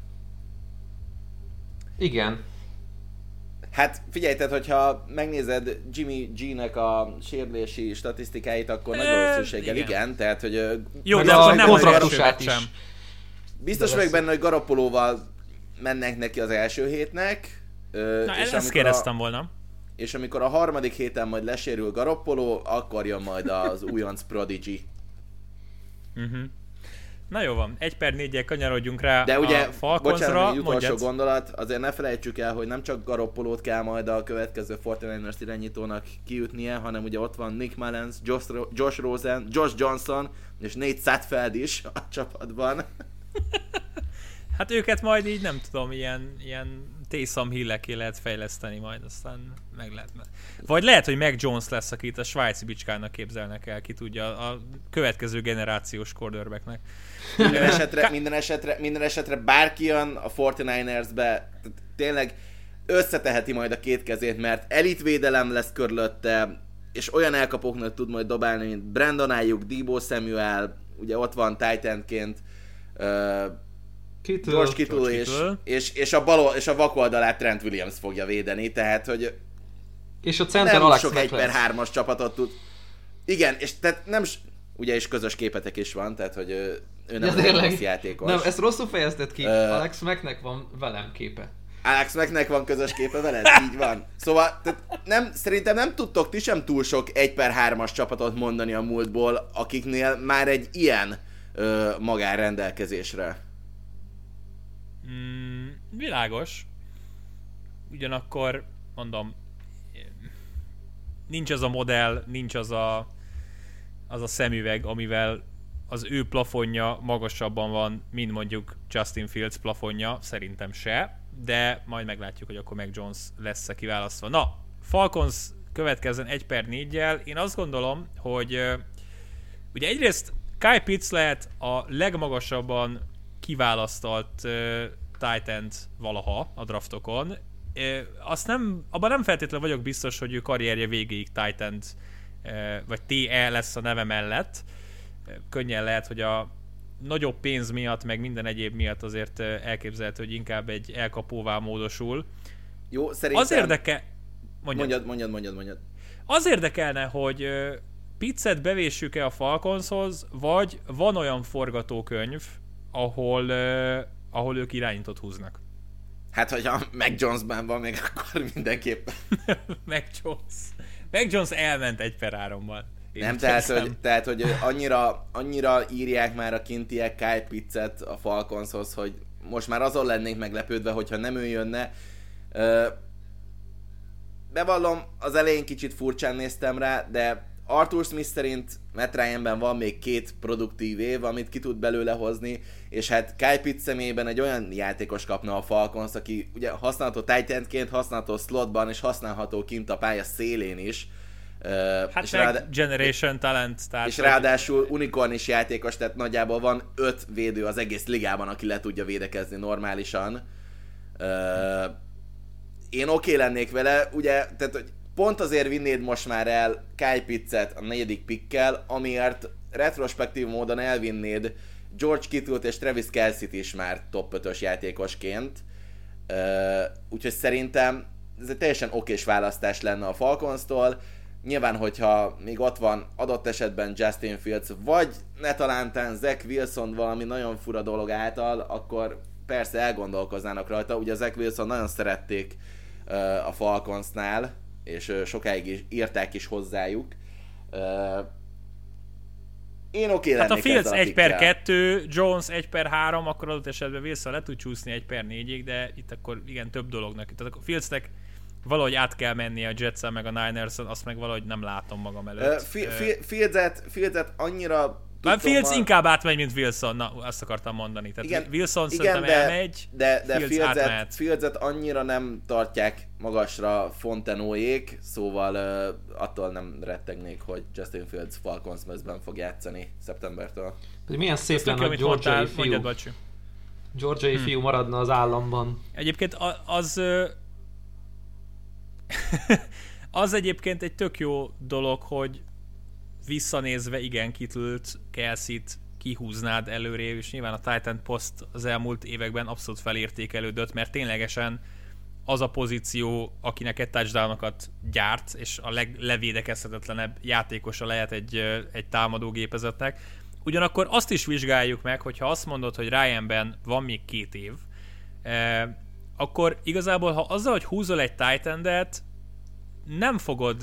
Igen. Hát figyelj, tehát hogyha megnézed Jimmy G-nek a sérülési statisztikáit, akkor nagy valószínűséggel igen. igen, tehát hogy... Jó, de akkor nem kontraktust is. Biztos vagyok benne, hogy Garoppolóval mennek neki az első hétnek. Na, és ezt kérdeztem a, volna. És amikor a harmadik héten majd lesérül Garoppolo, akkor jön majd az újonc Prodigy. Uh-huh. Na jó van, egy per négyel kanyarodjunk rá. De ugye, a Falconsra. Bocsánat, egy utolsó gondolat, azért ne felejtsük el, hogy nem csak Garoppolót kell majd a következő negyvenkilencesek irányítónak kiütnie, hanem ugye ott van Nick Mullens, Josh, Josh Rosen, Josh Johnson és Nate Sudfeld is a csapatban. Hát őket majd így nem tudom, ilyen, ilyen Taysom Hill-eké lehet fejleszteni majd, aztán meg lehetne. Vagy lehet, hogy Mac Jones lesz, akit a svájci bicskának képzelnek el, ki tudja, a következő generációs quarterbacknek. Minden esetre, minden esetre, minden esetre bárki jön a negyvenkilencesbe, tényleg összeteheti majd a két kezét, mert elitvédelem lesz körülötte, és olyan elkapóknak tud majd dobálni, mint Brandon Ayuk, Deebo Samuel, ugye ott van tight endként, uh, Kittle, George Kittle, és, és, és, a bal, és a vak oldalát Trent Williams fogja védeni, tehát hogy és a center nem Alex sok egy per hármas csapatot tud. Igen, és tehát nem, ugye is közös képetek is van, tehát hogy ő, ő nem ja, rossz játékos. Nem, ezt rosszul fejezted ki, uh, Alex Macknek van velem képe. Alex Macknek van közös képe veled? Így van. Szóval tehát nem, szerintem nem tudtok ti sem túl sok egy per hármas csapatot mondani a múltból, akiknél már egy ilyen ö, magánrendelkezésre. Mm, világos. Ugyanakkor mondom, nincs az a modell, nincs az a, az a szemüveg, amivel az ő plafonja magasabban van, mint mondjuk Justin Fields plafonja, szerintem se, de majd meglátjuk, hogy akkor Mac Jones lesz-e kiválasztva. Na, Falcons következzen egy per négyel. Én azt gondolom, hogy uh, ugye egyrészt Kyle Pitts lehet a legmagasabban kiválasztott uh, tight end valaha a draftokon. Uh, azt nem, abban nem feltétlenül vagyok biztos, hogy ő karrierje végéig tight end uh, vagy té e lesz a neve mellett. Uh, könnyen lehet, hogy a nagyobb pénz miatt, meg minden egyéb miatt azért elképzelhető, hogy inkább egy elkapóvá módosul. Jó, szerintem... Az érdeke... Mondjad. Mondjad, mondjad, mondjad, mondjad. Az érdekelne, hogy Pittset bevéssük-e a Falconshoz, vagy van olyan forgatókönyv, ahol, uh, ahol ők irányítót húznak. Hát, hogyha Mac Jonesban van még, akkor mindenképpen. Mac Jones. Mac Jones elment egy per háromban. Nem, tehát hogy, tehát, hogy annyira, annyira írják már a kintiek Kyle Pittset a Falconshoz, hogy most már azon lennénk meglepődve, hogyha nem ő jönne. Bevallom, az elején kicsit furcsán néztem rá, de Arthur Smith szerint Matt Ryanben van még két produktív év, amit ki tud belőle hozni, és hát Kyle Pitts személyében egy olyan játékos kapna a Falcons, aki ugye használható tight endként, használható slotban, és használható kint a pálya szélén is. Uh, hát és rád... Generation Talent. Tehát és ráadásul unicorn is játékos, tehát nagyjából van öt védő az egész ligában, aki le tudja védekezni normálisan. Uh, én oké okay lennék vele, ugye, tehát hogy pont azért vinnéd most már el Kyle Pittset a negyedik pickkel, amiért retrospektív módon elvinnéd George Kittle-t és Travis Kelce-t is már top ötös játékosként. Uh, úgyhogy szerintem ez egy teljesen okés választás lenne a Falconstól. Nyilván, hogyha még ott van adott esetben Justin Fields, vagy ne talántán Zach Wilson valami nagyon fura dolog által, akkor persze elgondolkoznának rajta. Ugye Zach Wilson nagyon szerették uh, a Falconsnál, és uh, sokáig is írták is hozzájuk. Uh, én oké lennék. Hát a Fields egy per kettő, Jones egy per három, akkor adott esetben Wilson le tud csúszni egy per négyig, de itt akkor igen, több dolognak. Tehát a Fieldsnek valahogy át kell mennie a Jetsen meg a Ninerson, azt meg valahogy nem látom magam előtt. Uh, fi- fi- Fields-et, Fields-et annyira... Már Fields ma... inkább átmegy, mint Wilson, na, azt akartam mondani. Tehát igen, Wilson igen, szerintem de, elmegy, de, de Fields Fields-et, átmehet. Fields-et annyira nem tartják magasra Fontenóék, szóval uh, attól nem rettegnék, hogy Justin Fields Falcons mezben fog játszani szeptembertől. Milyen szép lenne, hogy georgiai fiú, georgiai hmm. fiú maradna az államban. Egyébként az... az egyébként egy tök jó dolog, hogy visszanézve igen Kittlet, Kelsey-t kihúznád előre, és nyilván a Titan Post az elmúlt években abszolút felértékelődött, mert ténylegesen az a pozíció, akinek egy touchdownokat gyárt, és a leglevédekezhetetlenebb játékosa lehet egy, egy támadógépezetnek. Ugyanakkor azt is vizsgáljuk meg, hogyha azt mondod, hogy Ryanben van még két év, eh, akkor igazából, ha azzal, hogy húzol egy tight endet, nem fogod,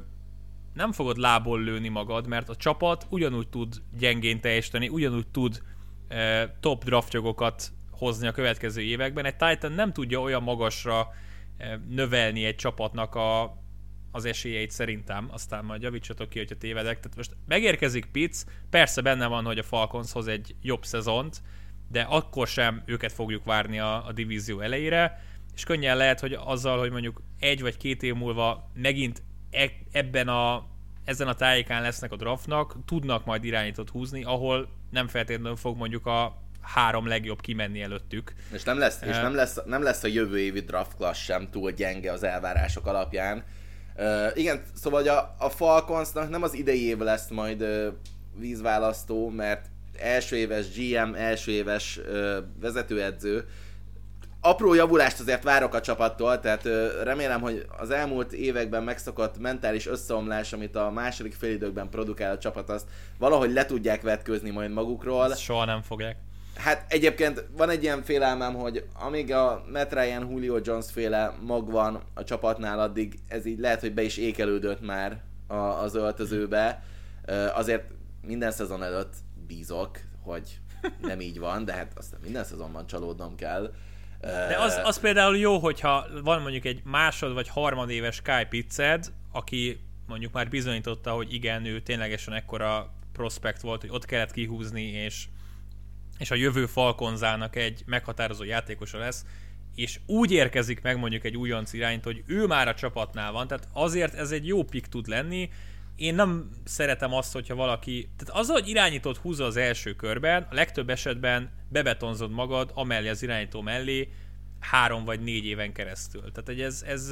nem fogod lából lőni magad, mert a csapat ugyanúgy tud gyengén teljesíteni, ugyanúgy tud top draftjogokat hozni a következő években. Egy Titan nem tudja olyan magasra növelni egy csapatnak a, az esélyeit szerintem, aztán majd javítsatok ki, hogyha tévedek. Tehát most megérkezik Pitts, persze benne van, hogy a Falcons hoz egy jobb szezont, de akkor sem őket fogjuk várni a, a divízió elejére, és könnyen lehet, hogy azzal, hogy mondjuk egy vagy két év múlva megint e, ebben a, ezen a tájékán lesznek a draftnak, tudnak majd irányítót húzni, ahol nem feltétlenül fog mondjuk a három legjobb kimenni előttük. És nem lesz, és nem lesz, nem lesz a jövő évi draft class sem túl gyenge az elvárások alapján. Uh, igen, szóval hogy a, a Falconsnak nem az idei év lesz majd uh, vízválasztó, mert első éves gé em, első éves uh, vezetőedző. Apró javulást azért várok a csapattól, tehát uh, remélem, hogy az elmúlt években megszokott mentális összeomlás, amit a második félidőkben produkál a csapat, azt valahogy le tudják vetkőzni majd magukról. Ezt soha nem fogják. Hát egyébként van egy ilyen félelmem, hogy amíg a Matt Ryan, Julio Jones féle mag van a csapatnál, addig ez így lehet, hogy be is ékelődött már a, az öltözőbe. Uh, azért minden szezon előtt bízok, hogy nem így van, de hát aztán minden szezonban csalódnom kell. De az, az például jó, hogyha van mondjuk egy másod vagy harmadéves Kyle Pittsed, aki mondjuk már bizonyította, hogy igen, ő ténylegesen ekkora prospekt volt, hogy ott kellett kihúzni, és, és a jövő Falconzának egy meghatározó játékosa lesz, és úgy érkezik meg mondjuk egy újonc irányt, hogy ő már a csapatnál van, tehát azért ez egy jó pick tud lenni. Én nem szeretem azt, hogyha valaki... Tehát azzal, hogy irányítót húzza az első körben, a legtöbb esetben bebetonzod magad amellé az irányító mellé három vagy négy éven keresztül. Tehát hogy ez... ez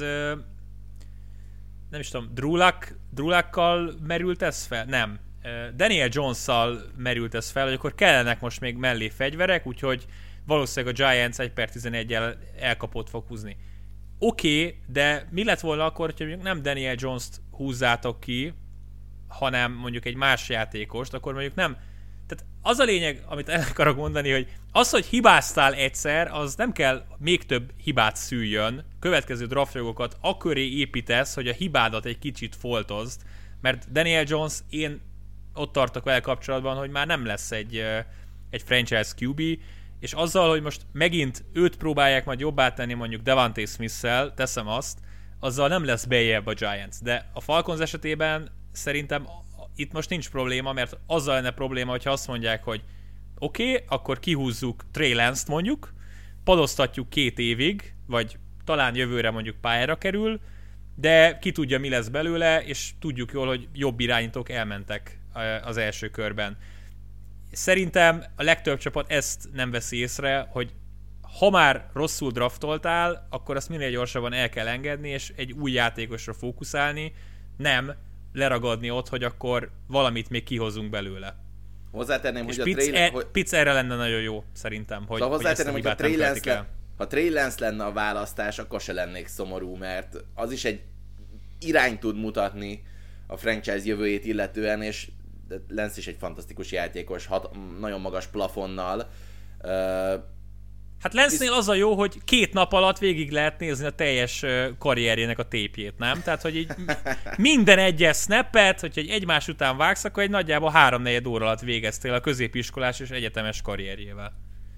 nem is tudom, Drew Luck, Drew Luckkal merült ez fel? Nem. Daniel Jones-szal merült ez fel, hogy akkor kellenek most még mellé fegyverek, úgyhogy valószínűleg a Giants egy per tizeneggyel elkapott fog húzni. Oké, okay, de mi lett volna akkor, hogyha nem Daniel Jones-t húzzátok ki, hanem mondjuk egy más játékost, akkor mondjuk nem... Tehát az a lényeg, amit el akarok mondani, hogy az, hogy hibáztál egyszer, az nem kell még több hibát szüljön, következő draftjogokat akköré építesz, hogy a hibádat egy kicsit foltozd, mert Daniel Jones, én ott tartok vele kapcsolatban, hogy már nem lesz egy, egy franchise kú bé, és azzal, hogy most megint őt próbálják majd jobbá tenni mondjuk Devontae Smith-szel, teszem azt, azzal nem lesz bejebb a Giants. De a Falcons esetében szerintem itt most nincs probléma, mert azzal lenne probléma, hogyha azt mondják, hogy oké, okay, akkor kihúzzuk Trey Lance-t mondjuk, padoztatjuk két évig, vagy talán jövőre mondjuk pályára kerül, de ki tudja, mi lesz belőle, és tudjuk jól, hogy jobb irányítók elmentek az első körben. Szerintem a legtöbb csapat ezt nem veszi észre, hogy ha már rosszul draftoltál, akkor azt minél gyorsabban el kell engedni, és egy új játékosra fókuszálni, nem leragadni ott, hogy akkor valamit még kihozunk belőle. Hozzátenném, és hogy Pitts, a Trey... e, Pitts erre lenne nagyon jó, szerintem, hogy, szóval hogy ezt a hibát nem követik el. Ha Trey Lance lenne a választás, akkor se lennék szomorú, mert az is egy irányt tud mutatni a franchise jövőjét illetően, és Lance is egy fantasztikus játékos, hat, nagyon magas plafonnal. Uh, hát Lance-nél az a jó, hogy két nap alatt végig lehet nézni a teljes karrierjének a tépjét, nem? Tehát, hogy így minden egyes snappet, hogyha egymás után vágsz, akkor egy nagyjából háromnegyed óra alatt végeztél a középiskolás és egyetemes karrierjével.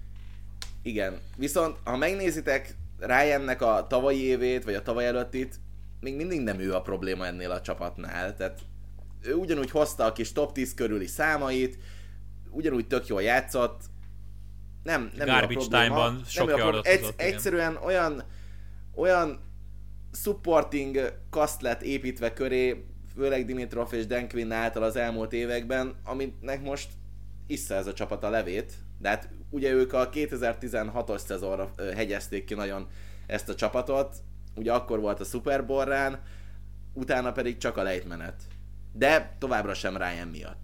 Igen, viszont ha megnézitek Ryannek a tavalyi évét, vagy a tavaly előttit, még mindig nem ő a probléma ennél a csapatnál, tehát ő ugyanúgy hozta a kis top tíz körüli számait, ugyanúgy tök jól játszott, nem, nem Garbage time-ban sok yardot Egy, hozott. Egyszerűen olyan, olyan supporting kaszt lett építve köré, főleg Dimitrov és Dan Quinn által az elmúlt években, aminek most issza ez a csapat a levét, de hát ugye ők a kétezer-tizenhatos szezonra hegyezték ki nagyon ezt a csapatot, ugye akkor volt a Super Bowl run, utána pedig csak a lejtmenet. De továbbra sem Ryan miatt.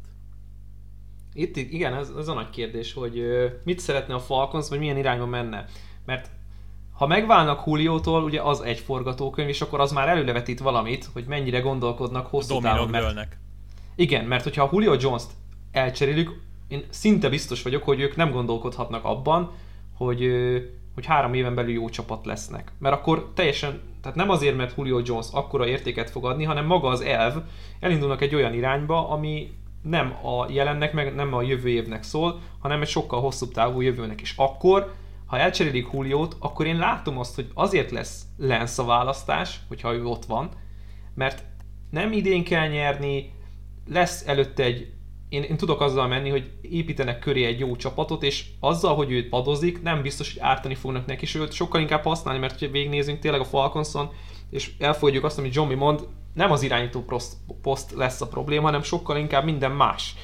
Itt igen, ez, ez a nagy kérdés, hogy uh, mit szeretne a Falcons, vagy milyen irányba menne. Mert ha megválnak Juliótól, ugye az egy forgatókönyv, és akkor az már előrevetít valamit, hogy mennyire gondolkodnak hosszú távon. Mert... Igen, mert hogyha a Julio Jones-t elcserélik, én szinte biztos vagyok, hogy ők nem gondolkodhatnak abban, hogy, hogy három éven belül jó csapat lesznek. Mert akkor teljesen, tehát nem azért, mert Julio Jones akkora értéket fog adni, hanem maga az elv, elindulnak egy olyan irányba, ami nem a jelennek, meg nem a jövő évnek szól, hanem egy sokkal hosszabb távú jövőnek is. Akkor, ha elcserélik Juliót, akkor én látom azt, hogy azért lesz Lance a választás, hogyha ő ott van, mert nem idén kell nyerni, lesz előtte egy Én, én tudok azzal menni, hogy építenek köré egy jó csapatot, és azzal, hogy ő padozik, nem biztos, hogy ártani fognak neki, sőt, sokkal inkább használni, mert ha végignézünk tényleg a Falconson, és elfogadjuk azt, amit Johnny mond, nem az irányító poszt lesz a probléma, hanem sokkal inkább minden más.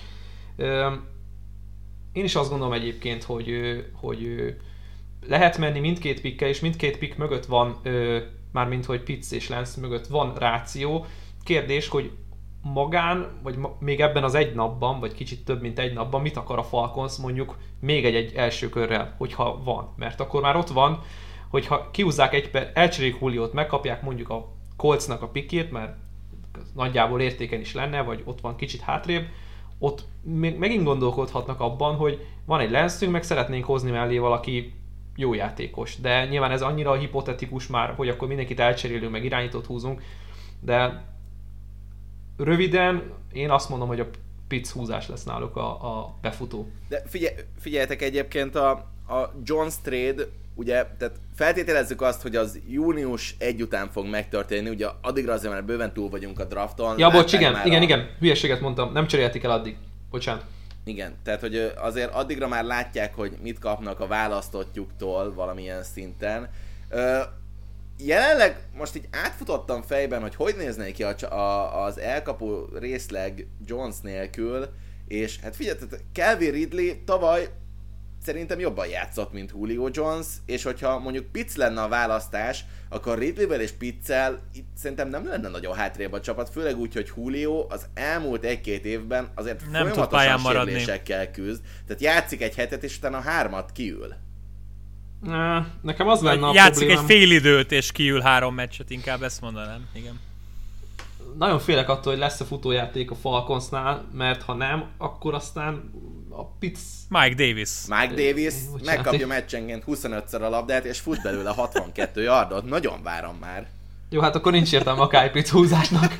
Én is azt gondolom egyébként, hogy, hogy lehet menni mindkét pickkel, és mindkét pick mögött van, mármint hogy Pitts és Lance mögött van ráció. Kérdés, hogy magán, vagy ma, még ebben az egy napban, vagy kicsit több, mint egy napban mit akar a Falcons mondjuk még egy-egy első körrel, hogyha van. Mert akkor már ott van, hogyha kiúzzák egy per, elcserélik Juliót, megkapják mondjuk a Coltsnak a pickét, mert nagyjából értéken is lenne, vagy ott van kicsit hátrébb, ott még megint gondolkodhatnak abban, hogy van egy Lance-ünk, meg szeretnénk hozni mellé valaki jó játékos. De nyilván ez annyira hipotetikus már, hogy akkor mindenkit elcserélünk, meg irányítót húzunk, de röviden én azt mondom, hogy a Pitts húzás lesz náluk a, a befutó. De figyelj, figyeljetek egyébként a, a Jones trade, ugye, tehát feltételezzük azt, hogy az június egy után fog megtörténni, ugye addigra azért már bőven túl vagyunk a drafton. Ja, bocs, igen, igen, a... igen, hülyeséget mondtam, nem cserélték el addig. Bocsánat. Igen, tehát hogy azért addigra már látják, hogy mit kapnak a választottjuktól valamilyen szinten. Jelenleg most így átfutottam fejben, hogy hogy nézne ki a, a, az elkapó részleg Jones nélkül, és hát figyeljetek, Calvin Ridley tavaly szerintem jobban játszott, mint Julio Jones, és hogyha mondjuk Pitts lenne a választás, akkor Ridleyvel és Pittsel itt szerintem nem lenne nagyon hátrébb a csapat, főleg úgy, hogy Julio az elmúlt egy-két évben azért nem folyamatosan sérülésekkel küzd, tehát játszik egy hetet, és utána hármat kiül. Ne, nekem az lenne a játszik problémám. egy fél időt és kiül három meccset, inkább ezt mondanám, igen. Nagyon félek attól, hogy lesz a futójáték a Falconsnál, mert ha nem, akkor aztán a Pitts... Mike Davis. Mike Davis megkapja meccsenként huszonötször a labdát, és fut belőle hatvankettő yardot. Nagyon várom már. Jó, hát akkor nincs értelme a Kyle Pitts húzásnak.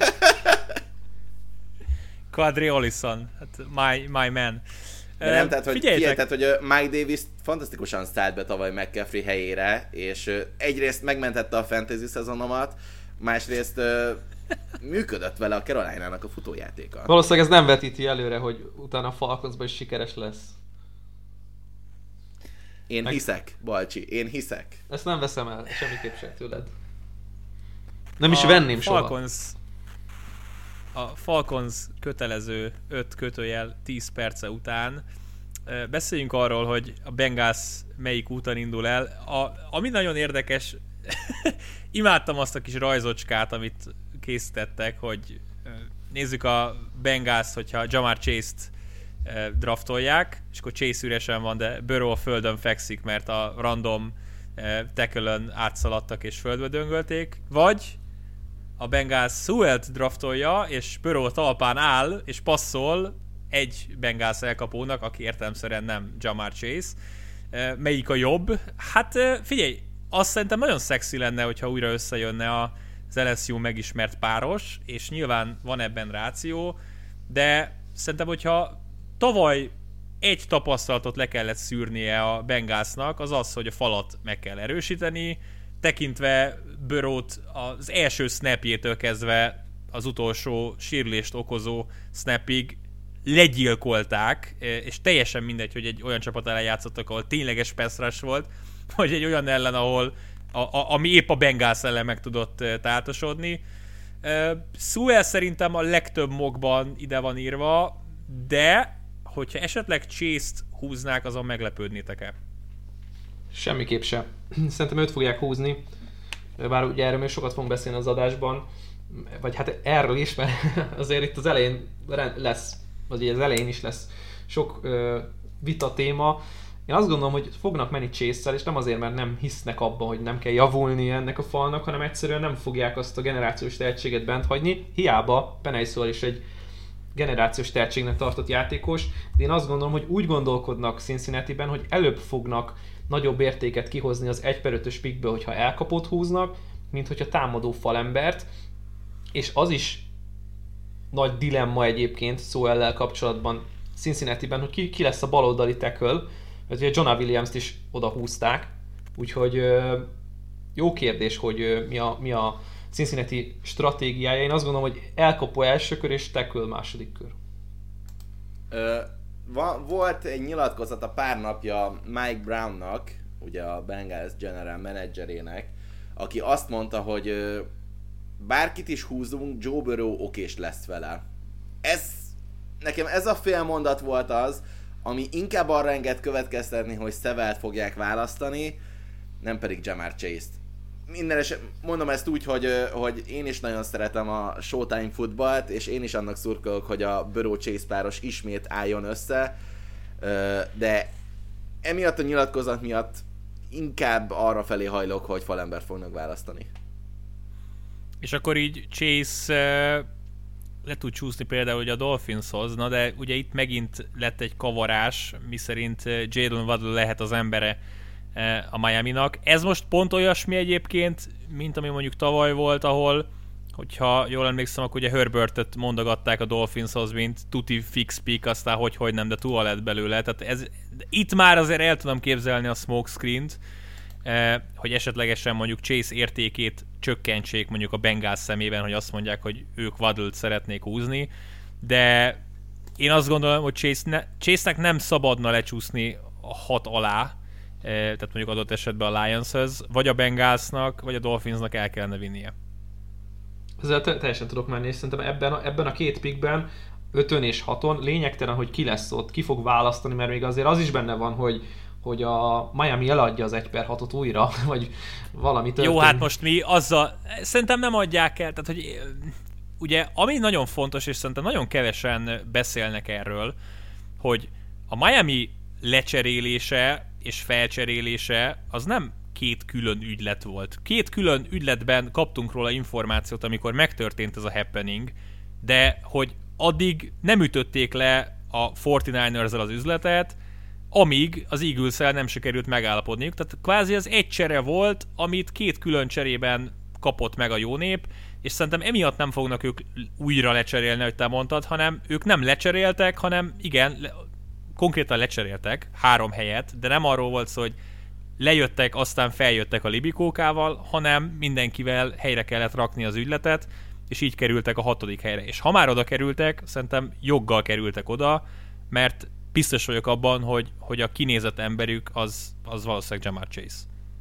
Quadri Olison, hát my, my man. De nem, tehát, hogy figyelj, tehát, hogy Mike Davis fantasztikusan szállt be tavaly McCaffrey helyére, és egyrészt megmentette a fantasy szezonomat, másrészt működött vele a Carolina-nak a futójátéka. Valószínűleg ez nem vetíti előre, hogy utána a Falconsban is sikeres lesz. Én Meg... hiszek, Balcsi, én hiszek. Ezt nem veszem el, semmiképp sem tőled. Nem is a venném Falcons, soha. A Falcons kötelező öt kötőjel tíz perce után beszéljünk arról, hogy a Bengals melyik úton indul el. A, ami nagyon érdekes, imádtam azt a kis rajzocskát, amit készítettek, hogy nézzük a Bengals, hogyha Jamar Chase-t draftolják, és akkor Chase üresen van, de Burrow a földön fekszik, mert a random tackle-ön átszaladtak és földbe döngölték, vagy a Bengals Sewell-t draftolja, és Burrow talpán áll, és passzol egy Bengals elkapónak, aki értelemszerűen nem Ja'Marr Chase. Melyik a jobb? Hát figyelj, azt szerintem nagyon szexi lenne, hogyha újra összejönne az el es u megismert páros, és nyilván van ebben ráció, de szerintem, hogyha tavaly egy tapasztalatot le kellett szűrnie a Bengalsnak, az az, hogy a falat meg kell erősíteni, tekintve Burrowt az első snapjétől kezdve az utolsó sérülést okozó snapig legyilkolták, és teljesen mindegy, hogy egy olyan csapat ellen játszottak, ahol tényleges pass rush volt, vagy egy olyan ellen, ahol a, a, ami épp a Bengals ellen meg tudott táltosodni. Sewell szerintem a legtöbb mockban ide van írva, de hogyha esetleg Chase-t húznák, azon meglepődnétek-e? Semmiképp se. Szerintem őt fogják húzni, bár ugye erről még sokat fogunk beszélni az adásban, vagy hát erről is, mert azért itt az elején lesz, vagy az elején is lesz sok ö, vita téma. Én azt gondolom, hogy fognak menni Chase-szel, és nem azért, mert nem hisznek abban, hogy nem kell javulni ennek a falnak, hanem egyszerűen nem fogják azt a generációs tehetséget bent hagyni. Hiába Penei Sewell is egy generációs tehetségnek tartott játékos, de én azt gondolom, hogy úgy gondolkodnak Cincinnati-ben, hogy előbb fognak nagyobb értéket kihozni az egy per ötös pickből, hogyha elkapót húznak, mint hogyha támadó falembert, és az is nagy dilemma egyébként Sewell-lel kapcsolatban Cincinnati-ben, hogy ki, ki lesz a baloldali tackle, mert ugye Jonah Williams-t is oda húzták, úgyhogy jó kérdés, hogy mi a, mi a Cincinnati stratégiája. Én azt gondolom, hogy elkapó első kör és tackle második kör. Ö, va, volt egy nyilatkozata pár napja Mike Brownnak, ugye a Bengals general managerének, aki azt mondta, hogy ö, bárkit is húzunk, Joe Burrow okés lesz vele. Ez, nekem ez a fél mondat volt az, ami inkább arra enged következtetni, hogy Sewellt fogják választani, nem pedig Ja'Marr Chase-t. Minden eset, mondom ezt úgy, hogy, hogy én is nagyon szeretem a Showtime futballt, és én is annak szurkolok, hogy a Burrow-Chase páros ismét álljon össze, de emiatt a nyilatkozat miatt inkább arra felé hajlok, hogy falembert fognak választani. És akkor így Chase uh, le tud csúszni például ugye a Dolphinshoz, na de ugye itt megint lett egy kavarás, miszerint Jalen Waddle lehet az embere a Miaminak. Ez most pont olyasmi egyébként, mint ami mondjuk tavaly volt, ahol, hogyha jól emlékszem, akkor ugye Herbertet mondogatták a Dolphinshoz, mint tuti fix pick, aztán hogy, hogy nem, de Tua lett belőle. Tehát ez, itt már azért el tudom képzelni a smokescreen-t, hogy esetlegesen mondjuk Chase értékét csökkentsék mondjuk a Bengals szemében, hogy azt mondják, hogy ők Waddle-t szeretnék húzni, de én azt gondolom, hogy Chase ne, Chase-nek nem szabadna lecsúszni a hat alá, tehát mondjuk adott esetben a Lionshoz, vagy a Bengalsnak, vagy a Dolphinsnak el kellene vinnie. Ezzel teljesen tudok menni, és szerintem ebben a, ebben a két pickben, ötön és haton lényegtelen, hogy ki lesz ott, ki fog választani, mert még azért az is benne van, hogy hogy a Miami eladja az egy per hatot újra, vagy valami történik. Jó, hát most mi azzal, szerintem nem adják el, tehát hogy ugye ami nagyon fontos, és szerintem nagyon kevesen beszélnek erről, hogy a Miami lecserélése és felcserélése az nem két külön ügylet volt. Két külön ügyletben kaptunk róla információt, amikor megtörtént ez a happening, de hogy addig nem ütötték le a negyvenkilenceszel az üzletet, amíg az Eagles-el nem sikerült megállapodniuk. Tehát kvázi az egy csere volt, amit két külön cserében kapott meg a jó nép, és szerintem emiatt nem fognak ők újra lecserélni, hogy te mondtad, hanem ők nem lecseréltek, hanem igen, le, konkrétan lecseréltek három helyet, de nem arról volt szó, hogy lejöttek, aztán feljöttek a libikókával, hanem mindenkivel helyre kellett rakni az ügyletet, és így kerültek a hatodik helyre. És ha már oda kerültek, szerintem joggal kerültek oda, mert biztos vagyok abban, hogy, hogy a kinézett emberük az, az valószínűleg Ja'Marr Chase.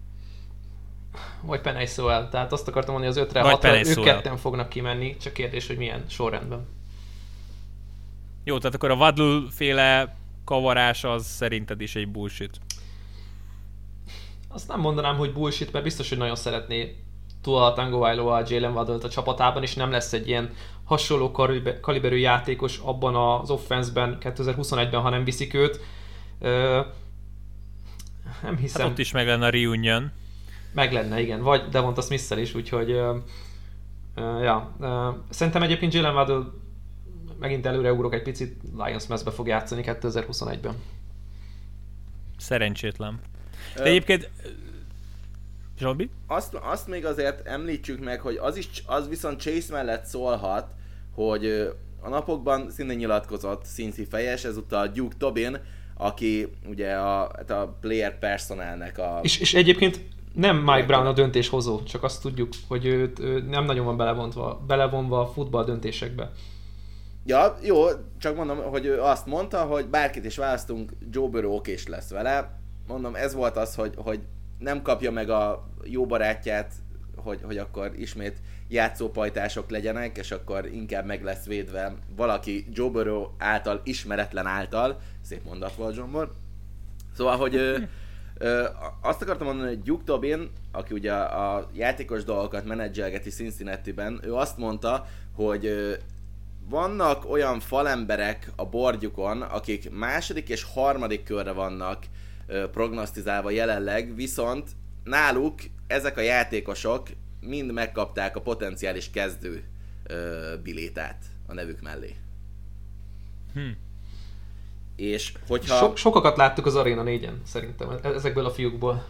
Vagy Penei Sewell. Tehát azt akartam mondani, az ötre hatra ők ketten fognak kimenni, csak kérdés, hogy milyen sorrendben. Jó, tehát akkor a Waddle féle kavarás az szerinted is egy bullshit. Azt nem mondanám, hogy bullshit, mert biztos, hogy nagyon szeretné Tua Tagovailoa, Jalen Waddle-t a csapatában, és nem lesz egy ilyen hasonló kaliberű játékos abban az offenszben kétezer-huszonegyben, ha nem viszik őt. Ö, nem hiszem. Hát ott is meg lenne a reunion. Meg lenne, igen. Vagy Devonta Smith-szel is, úgyhogy uh, uh, ja. Uh, szerintem egyébként Jalen Waddle megint előre ugrok egy picit, Lions mezbe fog játszani kétezer-huszonegyben. Szerencsétlen. De Ö, egyébként... Zsolbi? Azt, azt még azért említsük meg, hogy az, is, az viszont Chase mellett szólhat, hogy ö, a napokban szintén nyilatkozott Cincy fejes, ezúttal Duke Tobin, aki ugye a, a player personalnek a... És, és egyébként nem Mike Brown a döntéshozó, csak azt tudjuk, hogy őt, ő nem nagyon van belevonva, belevonva a futball döntésekbe. Ja, jó, csak mondom, hogy ő azt mondta, hogy bárkit is választunk, Joe Burrow okés lesz vele. Mondom, ez volt az, hogy, hogy nem kapja meg a jó barátját, hogy, hogy akkor ismét játszópajtások legyenek, és akkor inkább meg lesz védve valaki Joe Burrow által, ismeretlen által. Szép mondat volt, Zsombor. Szóval, hogy ö, ö, azt akartam mondani, hogy Duke Tobin, aki ugye a játékos dolgokat menedzselgeti Cincinnati-ben, ő azt mondta, hogy ö, vannak olyan falemberek a bordjukon, akik második és harmadik körre vannak ö, prognosztizálva jelenleg, viszont náluk ezek a játékosok mind megkapták a potenciális kezdő ö, bilétát a nevük mellé. Hm. És hogyha... So- sokakat láttuk az Arena négyen, szerintem, ezekből a fiúkból.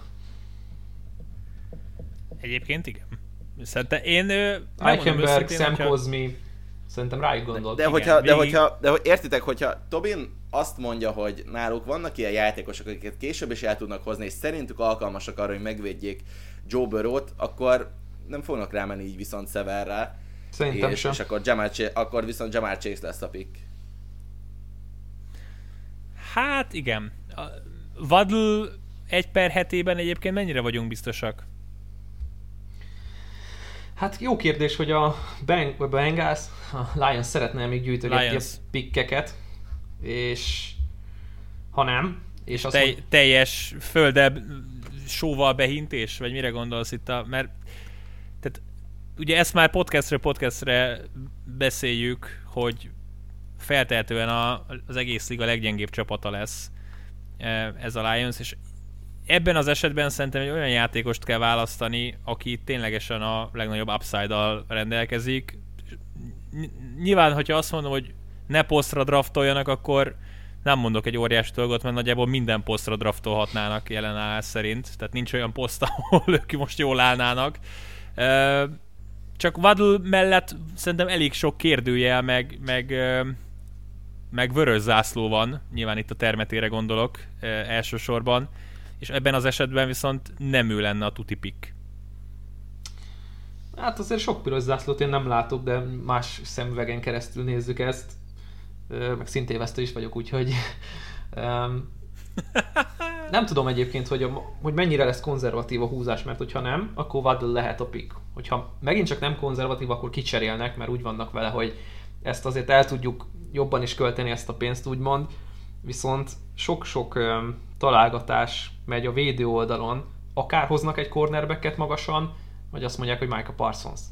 Egyébként igen. Szerintem én... Eichenberg, Sam Cosmi, szerintem rájuk gondolt. De, de, hogyha, de, hogyha, de hogy értitek, hogyha Tobin azt mondja, hogy náluk vannak ilyen játékosok, akiket később is el tudnak hozni, és szerintük alkalmasak arra, hogy megvédjék Joe Burrow-t, akkor nem fognak rámenni így viszont Severrel. Szerintem és, sem. És akkor, Jamal Chase, akkor viszont Jamal Chase lesz a pick. Hát igen. A Waddle egy per hetében egyébként mennyire vagyunk biztosak? Hát jó kérdés, hogy a Beng- Bengals, a Lions szeretne még gyűjtögetni Lions. a pikkeket, és ha nem, és azt Te- mond... teljes földebb sóval behintés? Vagy mire gondolsz itt a... Mert tehát, ugye ezt már podcastről podcastre beszéljük, hogy feltehetően a, az egész liga leggyengébb csapata lesz ez a Lions, és ebben az esetben szerintem egy olyan játékost kell választani, aki ténylegesen a legnagyobb upside-dal rendelkezik. Nyilván, hogyha azt mondom, hogy ne posztra draftoljanak, akkor nem mondok egy óriás dolgot, mert nagyjából minden posztra draftolhatnának jelen állás szerint. Tehát nincs olyan poszt, ahol ők most jól állnának. Csak Waddle mellett szerintem elég sok kérdőjel, meg, meg, meg vörös zászló van. Nyilván itt a termetére gondolok elsősorban. És ebben az esetben viszont nem ő lenne a tuti pick. Hát azért sok piros zászlót én nem látok, de más szemüvegen keresztül nézzük ezt. Meg szintévesztő is vagyok, úgyhogy... Um, nem tudom egyébként, hogy, a, hogy mennyire lesz konzervatív a húzás, mert hogyha nem, akkor Waddle lehet a pick. Hogyha megint csak nem konzervatív, akkor kicserélnek, mert úgy vannak vele, hogy ezt azért el tudjuk jobban is költeni, ezt a pénzt úgymond. Viszont sok-sok um, találgatás megy a védő oldalon, akár hoznak egy cornerbacket magasan, vagy azt mondják, hogy Micah Parsons.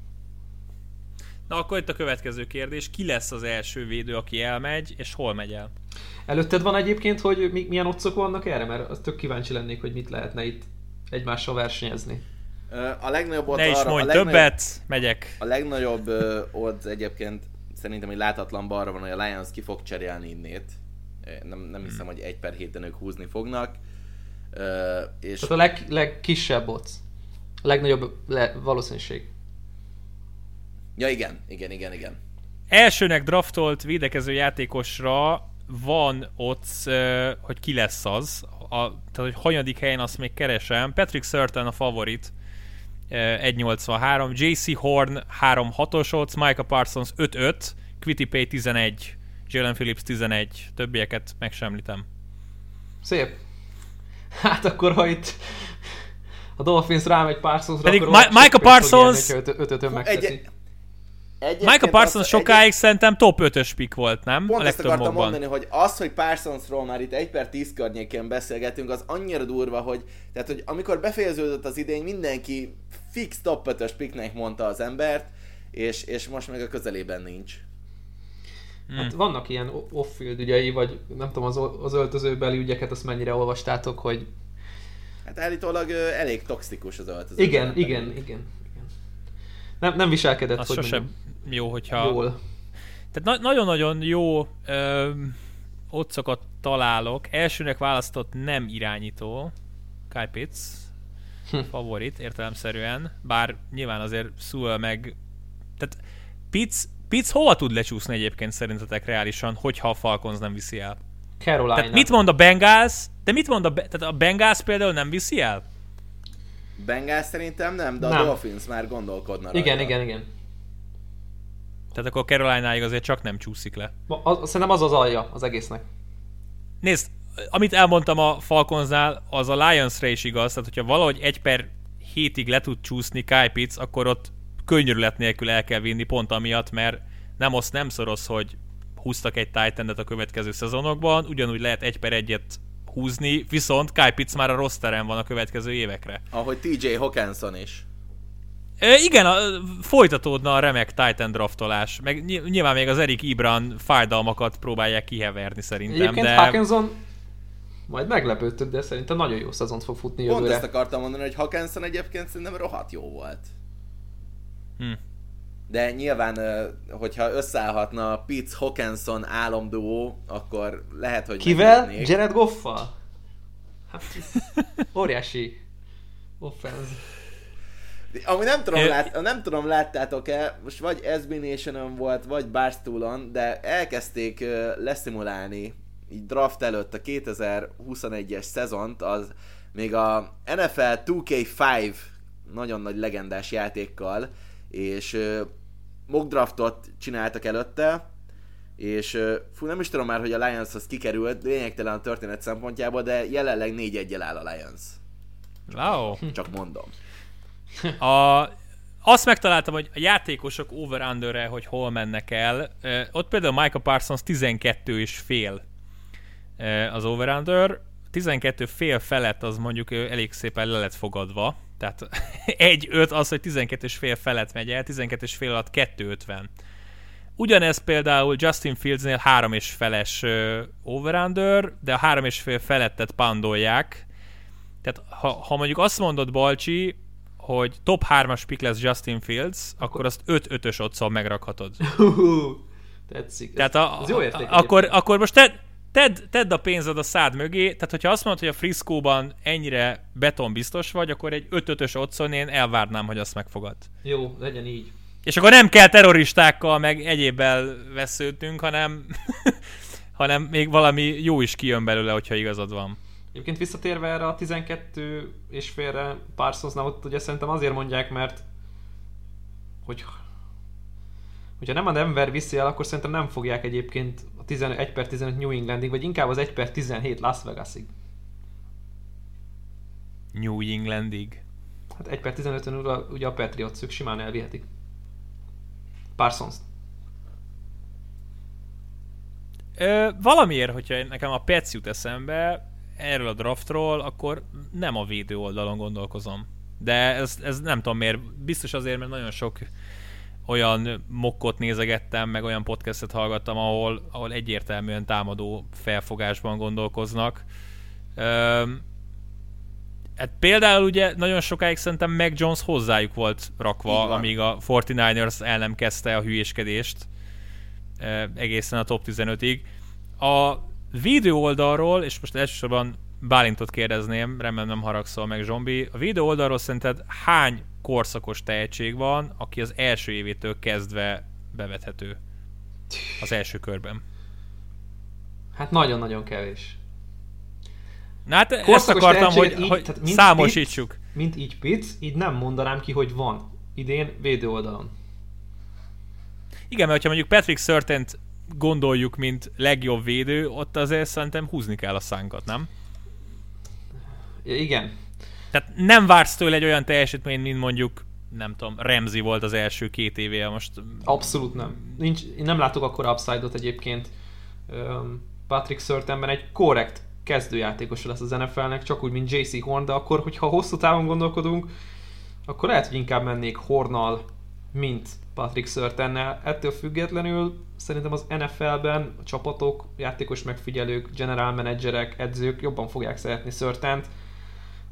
Na akkor itt a következő kérdés, ki lesz az első védő, aki elmegy, és hol megy el? Előtted van egyébként, hogy mi, milyen otcok vannak erre? Mert az tök kíváncsi lennék, hogy mit lehetne itt egymással versenyezni. A legnagyobb odds Ne is arra, mondj a legnagyobb, többet, megyek. A legnagyobb uh, odds egyébként szerintem, hogy láthatatlan balra van, hogy a Lions ki fog cserélni innét. Nem, nem hiszem, hogy egy per héten ők húzni fognak. Uh, és... Tehát a leg, legkisebb odds. A legnagyobb le, valószínűség. Ja igen, igen, igen, igen. Elsőnek draftolt védekező játékosra van ott, hogy ki lesz az. A, tehát, hogy hanyadik helyen azt még keresem. Patrick Surtain a favorit. egy nyolcvanhárom. jé cé Horn három hatos odds. Micah Parsons öt öt. Kwity Paye tizenegy. Jalen Phillips tizenegy. Többieket meg sem említem. Szép. Hát akkor, ha itt a Dolphins rámegy Parsonsra, pedig akkor Ma- Micah Parsons öt ötön megteszi. Micah Parsons sokáig egy... szerintem top ötös pick volt, nem? Pont a ezt akartam mobban. mondani, hogy az, hogy Parsonsról már itt egy per tíz környékén beszélgetünk, az annyira durva, hogy, tehát, hogy amikor befejeződött az idény, mindenki fix top ötös picknek mondta az embert, és, és most meg a közelében nincs. Hmm. Hát vannak ilyen off-field ügyei, vagy nem tudom, az, az öltözőbeli ügyeket, azt mennyire olvastátok, hogy Hát állítólag ö, elég toxikus az öltöző. Igen, igen, igen, igen. Nem, nem viselkedett, az hogy sosem mondjam. jó, hogyha... Jól. Tehát na- nagyon-nagyon jó ö, otcokat találok. Elsőnek választott nem irányító, Kyle Pitts, Hm. favorit értelemszerűen, bár nyilván azért Sewell meg... Tehát Pitts, Pitts hova tud lecsúszni egyébként szerintetek reálisan, hogyha a Falcons nem viszi el? Carolina. Tehát mit mond a Bengals? De mit mond a, Be- tehát a Bengals például nem viszi el? Bengals szerintem nem, de a Nem. Dolphins már gondolkodna rajta. Igen, igen, igen. Tehát akkor Carolináig azért csak nem csúszik le. Ma- Az, szerintem az az alja az egésznek. Nézd, amit elmondtam a Falconsnál, az a Lionsra is igaz, tehát hogyha valahogy egy per hétig le tud csúszni Kyle Pitts, akkor ott könnyörület nélkül el kell vinni pont amiatt, mert nem osz, nem szoros, hogy húztak egy tight endet a következő szezonokban, ugyanúgy lehet egy per egyet húzni, viszont Kyle Pitts már a rosteren van a következő évekre. Ahogy té jé Hawkinson is. E, igen, a, folytatódna a remek tight end draftolás, meg ny- nyilván még az Eric Ebron fájdalmakat próbálják kiheverni szerintem, Egyébként de... Hawkinson majd meglepődtök, de szerintem nagyon jó szezont fog futni Pont jövőre. ezt akartam mondani, hogy Hawkinson egyébként szerintem rohadt jó volt. Hm. De nyilván, ö, hogyha összeállhatna a Pitts Hawkinson álomduó, akkor lehet, hogy Kivel? megnéznék. Jared Goffal? Hát, óriási offense. Ami nem tudom, Ö- lát, nem tudom láttátok-e, most vagy es bé Nation-on volt, vagy Barstool-on, de elkezdték ö, leszimulálni így draft előtt a kétezer-huszonegyes szezont, az még a en ef el two K five nagyon nagy legendás játékkal, és ö, mock draftot csináltak előtte, és ö, fú, nem is tudom már, hogy a Lionshoz kikerült, lényegtelen a történet szempontjából, de jelenleg négy egyel áll a Lions. Wow. Csak mondom. A, azt megtaláltam, hogy a játékosok over-underre, hogy hol mennek el. Ö, ott például Micah Parsons tizenkettő és fél ö, az over-under. tizenkettő fél felett az mondjuk ö, elég szépen le lett fogadva. Tehát egy öt az, hogy tizenkettő és fél felett megy el, tizenkettő és fél alatt kettő ötven. Ugyanez például Justin Fieldsnél három és feles ö, over-under, de a három és fél felettet pandolják. Tehát ha, ha mondjuk azt mondod, Balcsi, hogy top hármas pick lesz Justin Fields, akkor, akkor azt öt ötös otthon megrakhatod. Tetszik. Tehát a, ez jó érték. a, akkor, akkor most tedd, tedd, tedd a pénzed a szád mögé, tehát hogyha azt mondod, hogy a Frisco-ban ennyire beton biztos vagy, akkor egy öt ötös otthon én elvárnám, hogy azt megfogad. Jó, legyen így. És akkor nem kell terroristákkal, meg egyébbel vesződnünk, hanem, hanem még valami jó is kijön belőle, hogyha igazad van. Egyébként visszatérve erre a tizenkettő és félre Parsonsnál, ott ugye szerintem azért mondják, mert hogy hogyha nem a Denver viszi el, akkor szerintem nem fogják egyébként a tizenegy per tizenöt New Englandig, vagy inkább az egy per tizenhét Las Vegasig. New Englandig. Hát egy per tizenötön ugye a Patriots-ük simán elvihetik. Parsons. Ö, valamiért, hogyha nekem a Pets jut eszembe erről a draftról, akkor nem a védő oldalon gondolkozom. De ez, ez nem tudom miért, biztos azért, mert nagyon sok olyan mokkot nézegettem, meg olyan podcastet hallgattam, ahol, ahol egyértelműen támadó felfogásban gondolkoznak. Ö, hát például ugye nagyon sokáig szerintem Mac Jones hozzájuk volt rakva, amíg a negyvenkilencesek el nem kezdte a hülyéskedést egészen a top tizenötig. A videó oldalról, és most elsősorban Bálintot kérdezném, remélem nem haragszol meg, Zsombi, a videó oldalról szerinted hány korszakos tehetség van, aki az első évétől kezdve bevethető az első körben? Hát nagyon-nagyon kevés. Na hát ezt akartam, hogy, így, hogy számosítsuk. Pitts, mint így Pitts, így nem mondanám ki, hogy van idén védő oldalon. Igen, mert ha mondjuk Patrick Surtain-t gondoljuk, mint legjobb védő, ott azért szerintem húzni kell a szánkat, nem? Igen. Tehát nem vársz tőle egy olyan teljesítményt, mint mondjuk, nem tudom, Ramsey volt az első két évével most. Abszolút nem. Nincs, én nem látok akkora upside-ot egyébként Patrick Surtainben, egy korrekt kezdőjátékosa lesz az en ef el-nek, csak úgy, mint jé cé Horn, de akkor, hogyha hosszú távon gondolkodunk, akkor lehet, hogy inkább mennék Hornnal, mint Patrick Surtainnel. Ettől függetlenül szerintem az en ef el-ben a csapatok, játékos megfigyelők, general managerek, edzők jobban fogják szeretni Surtaint.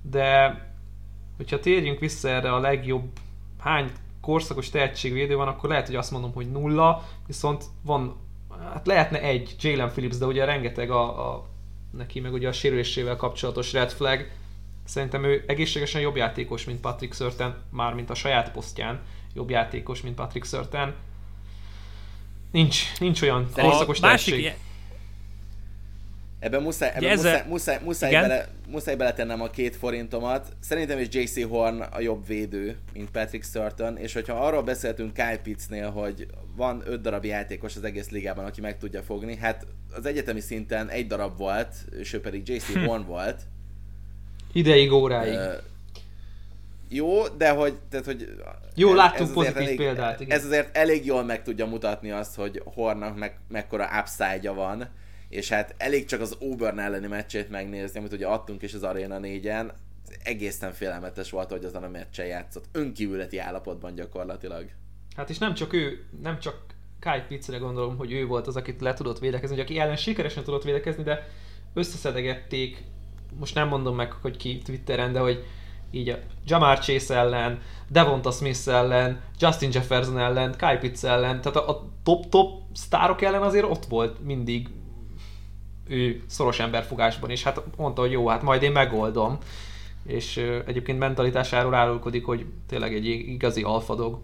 de hogyha térjünk vissza erre a legjobb hány korszakos tehetségvédő van, akkor lehet, hogy azt mondom, hogy nulla, viszont van, hát lehetne egy Jalen Phillips, de ugye rengeteg a, a neki meg ugye a sérülésével kapcsolatos red flag. Szerintem ő egészségesen jobb játékos, mint Patrick Surtain, mármint a saját posztján jobb játékos, mint Patrick Surtain. Nincs, nincs olyan korszakos tehetség. Másik... Ebben muszáj, ebben ezzel... muszáj, muszáj, muszáj, bele, muszáj beletennem a két forintomat. Szerintem is jé cé Horn a jobb védő, mint Patrick Surtain, és hogyha arról beszéltünk Kyle Pittsnél, hogy van öt darab játékos az egész ligában, aki meg tudja fogni, hát az egyetemi szinten egy darab volt, és ő pedig jé cé Horn volt. Ideig, óráig. Uh, jó, de hogy... Tehát, hogy jó, láttunk pozitív elég, példát. Igen. Ez azért elég jól meg tudja mutatni azt, hogy Hornnak meg, mekkora upside-ja van, és hát elég csak az Auburn elleni meccsét megnézni, amit ugye adtunk is az Arena négyen, egészen félelmetes volt, hogy azon a meccsen játszott. Önkívületi állapotban gyakorlatilag. Hát és nem csak ő, nem csak Kyle Pittsre gondolom, hogy ő volt az, akit le tudott védekezni, hogy aki ellen sikeresen tudott védekezni, de összeszedegették, most nem mondom meg, hogy ki Twitteren, de hogy így a Jamar Chase ellen, Devonta Smith ellen, Justin Jefferson ellen, Kyle Pitts ellen, tehát a, a top-top sztárok ellen azért ott volt mindig ő szoros emberfogásban, és hát mondta, hogy jó, hát majd én megoldom. És uh, egyébként mentalitásáról árulkodik, hogy tényleg egy igazi alfadog.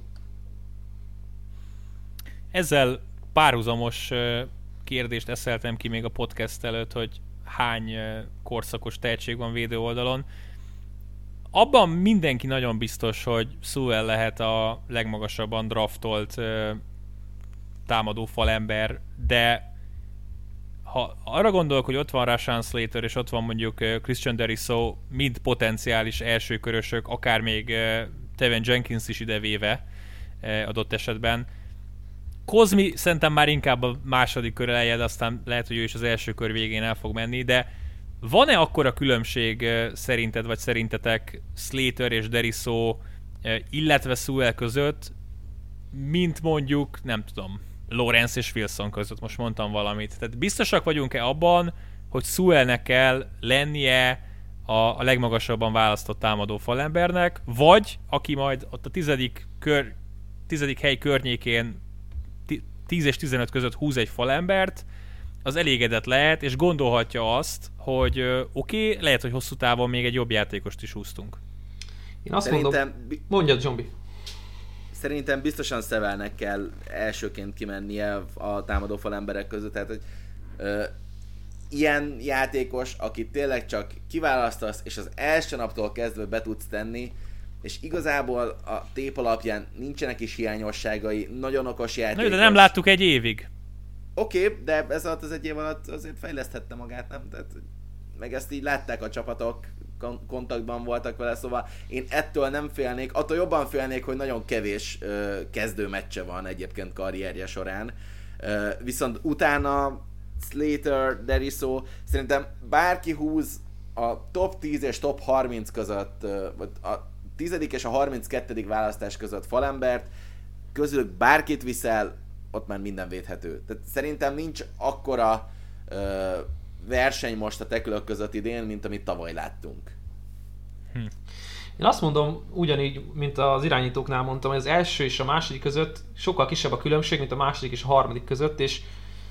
Ezzel párhuzamos uh, kérdést eszeltem ki még a podcast előtt, hogy hány uh, korszakos tehetség van védő oldalon. Abban mindenki nagyon biztos, hogy Sewell lehet a legmagasabban draftolt uh, támadó falember, de ha arra gondolok, hogy ott van Rashawn Slater, és ott van mondjuk Christian Darrisaw, mind potenciális elsőkörösök, akár még Tevin Jenkins is idevéve adott esetben. Kozmi szerintem már inkább a második kör elejé, de aztán lehet, hogy ő is az első kör végén el fog menni, de van-e akkora különbség szerinted, vagy szerintetek Slater és Darrisaw, illetve Sewell között, mint mondjuk, nem tudom, Lawrence és Wilson között, most mondtam valamit. Tehát biztosak vagyunk-e abban, hogy Sewellnek kell lennie a, a legmagasabban választott támadó falembernek, vagy aki majd ott a tizedik, kör, tizedik hely környékén tíz és tizenöt között húz egy falembert, az elégedett lehet, és gondolhatja azt, hogy oké, okay, lehet, hogy hosszú távon még egy jobb játékost is húztunk. Én azt Szerintem... mondom, mondjad, Zsombi. Szerintem biztosan Sewellnek kell elsőként kimennie a támadófal emberek között, tehát hogy ö, ilyen játékos, akit tényleg csak kiválasztasz, és az első naptól kezdve be tudsz tenni, és igazából a tép alapján nincsenek is hiányosságai, nagyon okos játékos. Na, de nem láttuk egy évig. Oké, okay, de ez alatt az egy év alatt azért fejleszthette magát, nem? Tehát, meg ezt így látták a csapatok, kontaktban voltak vele, szóval én ettől nem félnék, attól jobban félnék, hogy nagyon kevés uh, kezdőmeccse van egyébként karrierje során. Uh, viszont utána Slater, Darrisaw, szerintem bárki húz a top tíz és top harminc között, uh, vagy a tizedik és a harminckettedik választás között falembert, közülük bárkit viszel, ott már minden védhető. Tehát szerintem nincs akkora uh, verseny most a tekülök között idén, mint amit tavaly láttunk. Hm. Én azt mondom, ugyanígy, mint az irányítóknál mondtam, hogy az első és a második között sokkal kisebb a különbség, mint a második és a harmadik között, és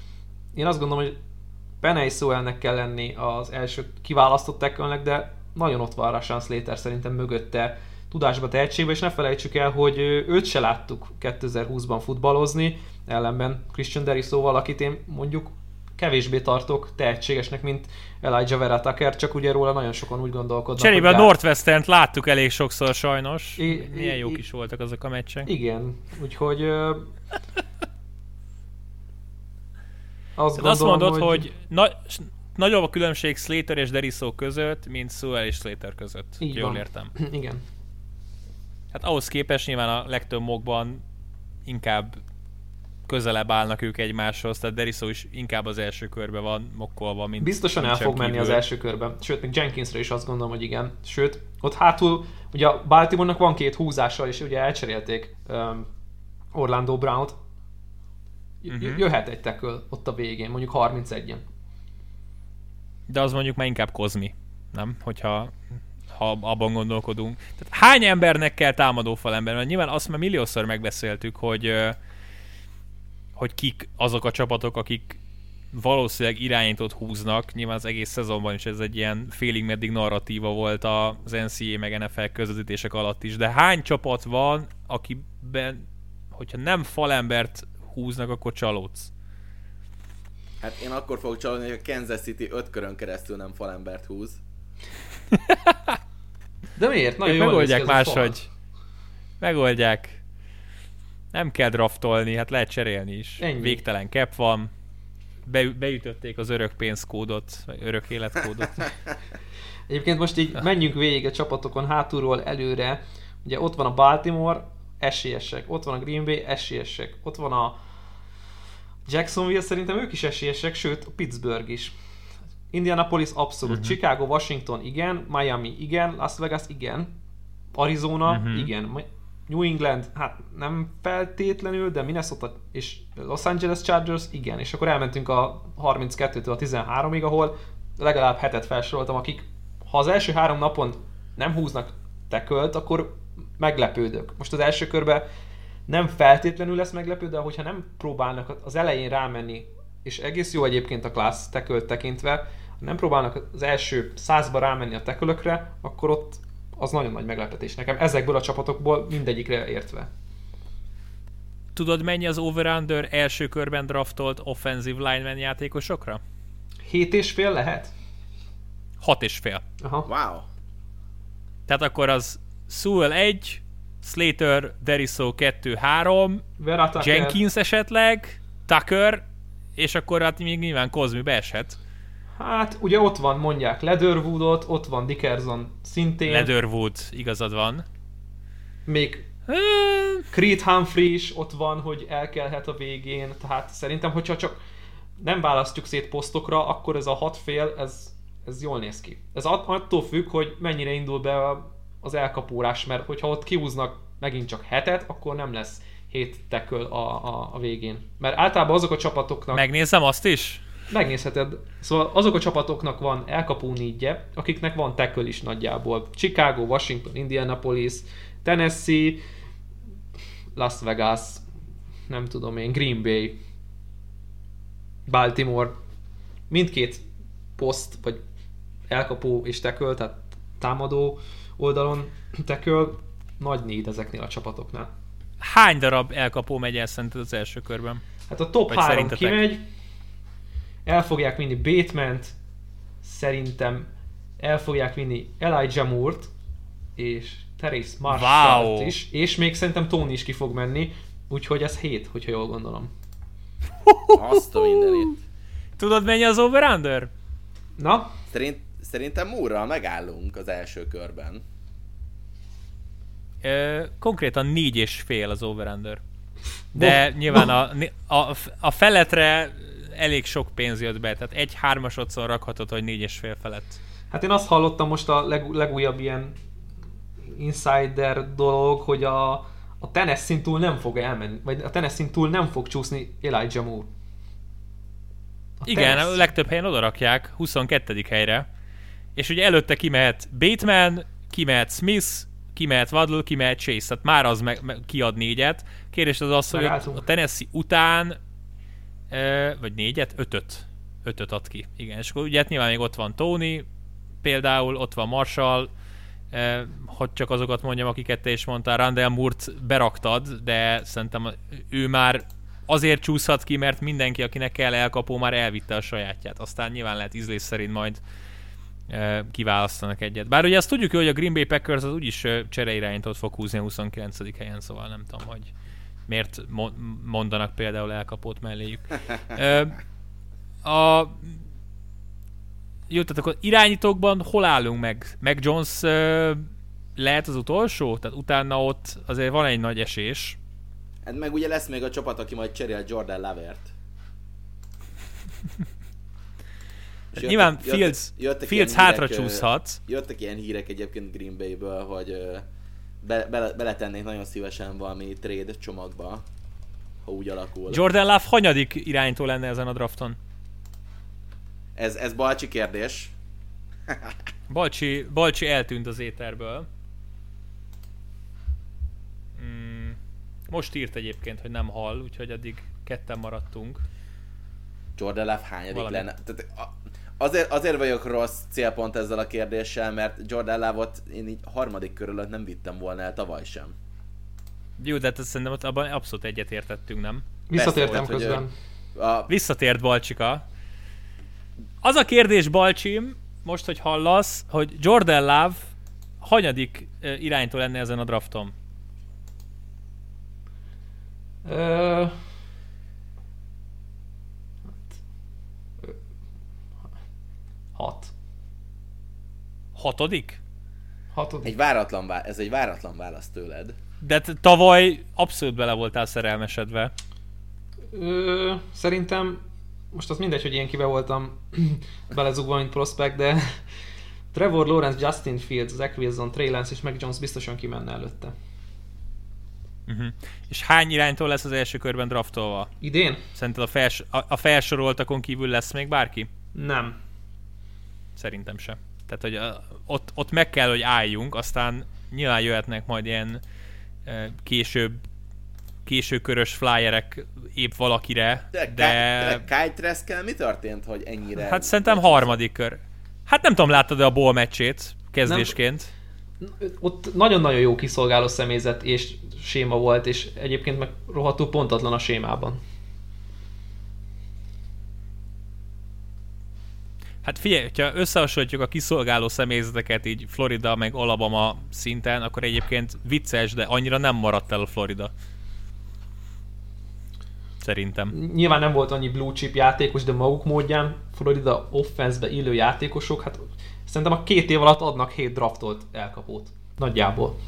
én azt gondolom, hogy Penei Sewellnek kell lenni az első kiválasztott tackle-nek, de nagyon ott van Rashawn Slater szerintem mögötte tudásba, tehetségbe, és ne felejtsük el, hogy őt se láttuk kétezer-húszban futballozni, ellenben Christian Darrisawval, akit én mondjuk kevésbé tartok tehetségesnek, mint Elijah Vera Tucker, csak ugye róla nagyon sokan úgy gondolkodnak. Cserébe a Northwestern-t láttuk elég sokszor sajnos. I- Milyen I- jók I- is voltak azok a meccsek. Igen, úgyhogy ö... azt, gondolom, azt mondod, hogy, hogy na- nagyobb a különbség Slater és Darrisaw között, mint Sewell és Slater között. Így Jól van. értem. Igen. Hát ahhoz képest nyilván a legtöbb mockban inkább közelebb állnak ők egymáshoz, tehát Darrisaw is inkább az első körben van mokkolva, mint biztosan mint el fog menni kívül. az első körben. Sőt, még Jenkinsre is azt gondolom, hogy igen. Sőt, ott hátul, ugye a Baltimore-nak van két húzása, és ugye elcserélték um, Orlando Brown-t. J- uh-huh. Jöhet egy tackle ott a végén, mondjuk harmincegyen. De az mondjuk már inkább Kozmi, nem? Hogyha ha abban gondolkodunk. Tehát hány embernek kell támadófal ember? Mert nyilván azt már milliószor megbeszéltük, hogy, hogy kik azok a csapatok, akik valószínűleg irányítót húznak. Nyilván az egész szezonban is ez egy ilyen félig-meddig narratíva volt az en cé á á meg en ef el közvetítések alatt is. De hány csapat van, akiben, hogyha nem falembert húznak, akkor csalódsz? Hát én akkor fogok csalódni, hogy a Kansas City öt körön keresztül nem falembert húz. De miért? Nagyon jól megoldják máshogy. Megoldják. Nem kell draftolni, hát lehet cserélni is. Ennyi. Végtelen cap van. Be, beütötték az örök pénzkódot, vagy örök életkódot. Egyébként most így menjünk végig a csapatokon hátulról előre. Ugye ott van a Baltimore, esélyesek. Ott van a Green Bay, esélyesek. Ott van a Jacksonville, szerintem ők is esélyesek, sőt a Pittsburgh is. Indianapolis abszolút, uh-huh. Chicago, Washington igen, Miami igen, Las Vegas igen, Arizona uh-huh. igen, New England hát nem feltétlenül, de Minnesota és Los Angeles Chargers igen, és akkor elmentünk a harminckettőtől a tizenháromig, ahol legalább hetet felsoroltam, akik ha az első három napon nem húznak tackle-t, akkor meglepődök. Most az első körben nem feltétlenül lesz meglepő, de hogyha nem próbálnak az elején rámenni, és egész jó egyébként a class tackle-t tekintve, nem próbálnak az első százba rámenni a tackle-ökre, akkor ott az nagyon nagy meglepetés nekem. Ezekből a csapatokból mindegyikre értve. Tudod, mennyi az over-under első körben draftolt offensive lineman játékosokra? Hét és fél lehet? Hat és fél. Aha. Wow. Tehát akkor az Sewell egy, Slater, Deriso kettő három, Jenkins esetleg, Tucker, és akkor hát még nyilván Cosmi beeshet. Hát ugye ott van, mondják Leatherwoodot, ott van Dickerson szintén. Leatherwood, igazad van. Még Creed Humphrey is ott van, hogy elkelhet a végén, tehát szerintem, hogyha csak nem választjuk szét posztokra, akkor ez a hat fél, ez, ez jól néz ki. Ez attól függ, hogy mennyire indul be az elkapórás, mert hogyha ott kihúznak megint csak hetet, akkor nem lesz hét tackle a, a, a végén. Mert általában azok a csapatoknak... Megnézem azt is? Megnézheted. Szóval azok a csapatoknak van elkapó négyje, akiknek van tackle is nagyjából. Chicago, Washington, Indianapolis, Tennessee, Las Vegas, nem tudom én, Green Bay, Baltimore. Mindkét poszt, vagy elkapó és tackle, tehát támadó oldalon tackle, nagy need ezeknél a csapatoknál. Hány darab elkapó megy el szerinted az első körben? Hát a top vagy három szerintetek? kimegy, el fogják vinni Bateman-t, szerintem el fogják vinni Elijah Moore-t, és Terrace Marshall-t wow. is, és még szerintem Tony is ki fog menni, úgyhogy ez hét, hogyha jól gondolom. Azt a mindenit. Tudod, mennyi az over-under? Na? Szerint, szerintem Moore-ral megállunk az első körben. Ö, konkrétan négy és fél az over-under. De Bo- nyilván a, a, a feletre elég sok pénz jött be, tehát egy hármasodszor rakhatod, hogy négy és fél felett. Hát én azt hallottam most a leg, legújabb ilyen insider dolog, hogy a, a Tennessee túl nem fog elmenni, vagy a Tennessee túl nem fog csúszni Elijah Moore. A Igen, Tennessee. A legtöbb helyen odarakják, huszonkettedik helyre, és ugye előtte kimehet Bateman, kimehet Smith, kimehet Waddle, kimehet Chase, tehát már az meg, meg kiad négyet. Kérdés az az, hogy a Tennessee után e, vagy négyet? Ötöt. Ötöt ad ki. Igen, és akkor ugye hát nyilván még ott van Tony, például ott van Marshall, e, hogy csak azokat mondjam, akiket te is mondtál, Randall Moore-t beraktad, de szerintem ő már azért csúszhat ki, mert mindenki, akinek kell elkapó, már elvitte a sajátját. Aztán nyilván lehet ízlés szerint majd kiválasztanak egyet. Bár ugye azt tudjuk, hogy a Green Bay Packers az úgyis csereirányítót fog húzni a huszonkilencedik helyen, szóval nem tudom, hogy miért mondanak például elkapót melléjük. a... Jó, tehát akkor irányítókban hol állunk meg? Mac Jones lehet az utolsó? Tehát utána ott azért van egy nagy esés. Hát meg ugye lesz még a csapat, aki majd cserél Jordan Lovert. Jöttek, nyilván Fields, jöttek Fields hátra hírek, csúszhat. Jöttek ilyen hírek egyébként Green Bay-ből, hogy be, be, beletennék nagyon szívesen valami trade csomagba, ha úgy alakul. Jordan Love hanyadik irányító lenne ezen a drafton? Ez, ez balcsi kérdés. Balcsi, Balcsi eltűnt az éterből. Mm, most írt egyébként, hogy nem hall, úgyhogy addig ketten maradtunk. Jordan Love hányadik Valami. lenne? Tehát azért, azért vagyok rossz célpont ezzel a kérdéssel, mert Jordan Love-ot én így harmadik körülött nem vittem volna el tavaly sem. Jó, de hát szerintem ott abban abszolút egyetértettünk, nem? Visszatértem Persze, közben. A... Visszatért Balcsika. Az a kérdés, Balcsim, most, hogy hallasz, hogy Jordan Love hanyadik iránytól lenne ezen a drafton? Ö... Hat. Hatodik? Hatodik. Egy váratlan vá... Ez egy váratlan válasz tőled. De t- tavaly abszolút bele voltál szerelmesedve. Ö, szerintem, most az mindegy, hogy én kibe voltam belezugva, mint prospect, de Trevor Lawrence, Justin Fields, Zach Wilson, Trey Lance és Mac Jones biztosan kimenne előtte. Uh-huh. És hány iránytól lesz az első körben draftolva? Idén? Szerinted a, fels- a, a felsoroltakon kívül lesz még bárki? Nem. Szerintem sem. Tehát, hogy a, ott, ott meg kell, hogy álljunk, aztán nyilván jöhetnek majd ilyen e, később későkörös flyerek épp valakire, De... de... Kyle Traskell mi történt, hogy ennyire... Hát szerintem harmadik kör. Hát nem tudom, láttad-e a bowl meccsét kezdésként? Nem. Ott nagyon-nagyon jó kiszolgáló személyzet és séma volt, és egyébként meg rohadtul pontatlan a sémában. Hát figyelj, ha összehasonlítjuk a kiszolgáló személyzeteket így Florida meg Alabama szinten, akkor egyébként vicces, de annyira nem maradt el a Florida. Szerintem. Nyilván nem volt annyi blue chip játékos, de maguk módján Florida offense-be illő játékosok, hát szerintem a két év alatt adnak hét draftolt elkapót. Nagyjából.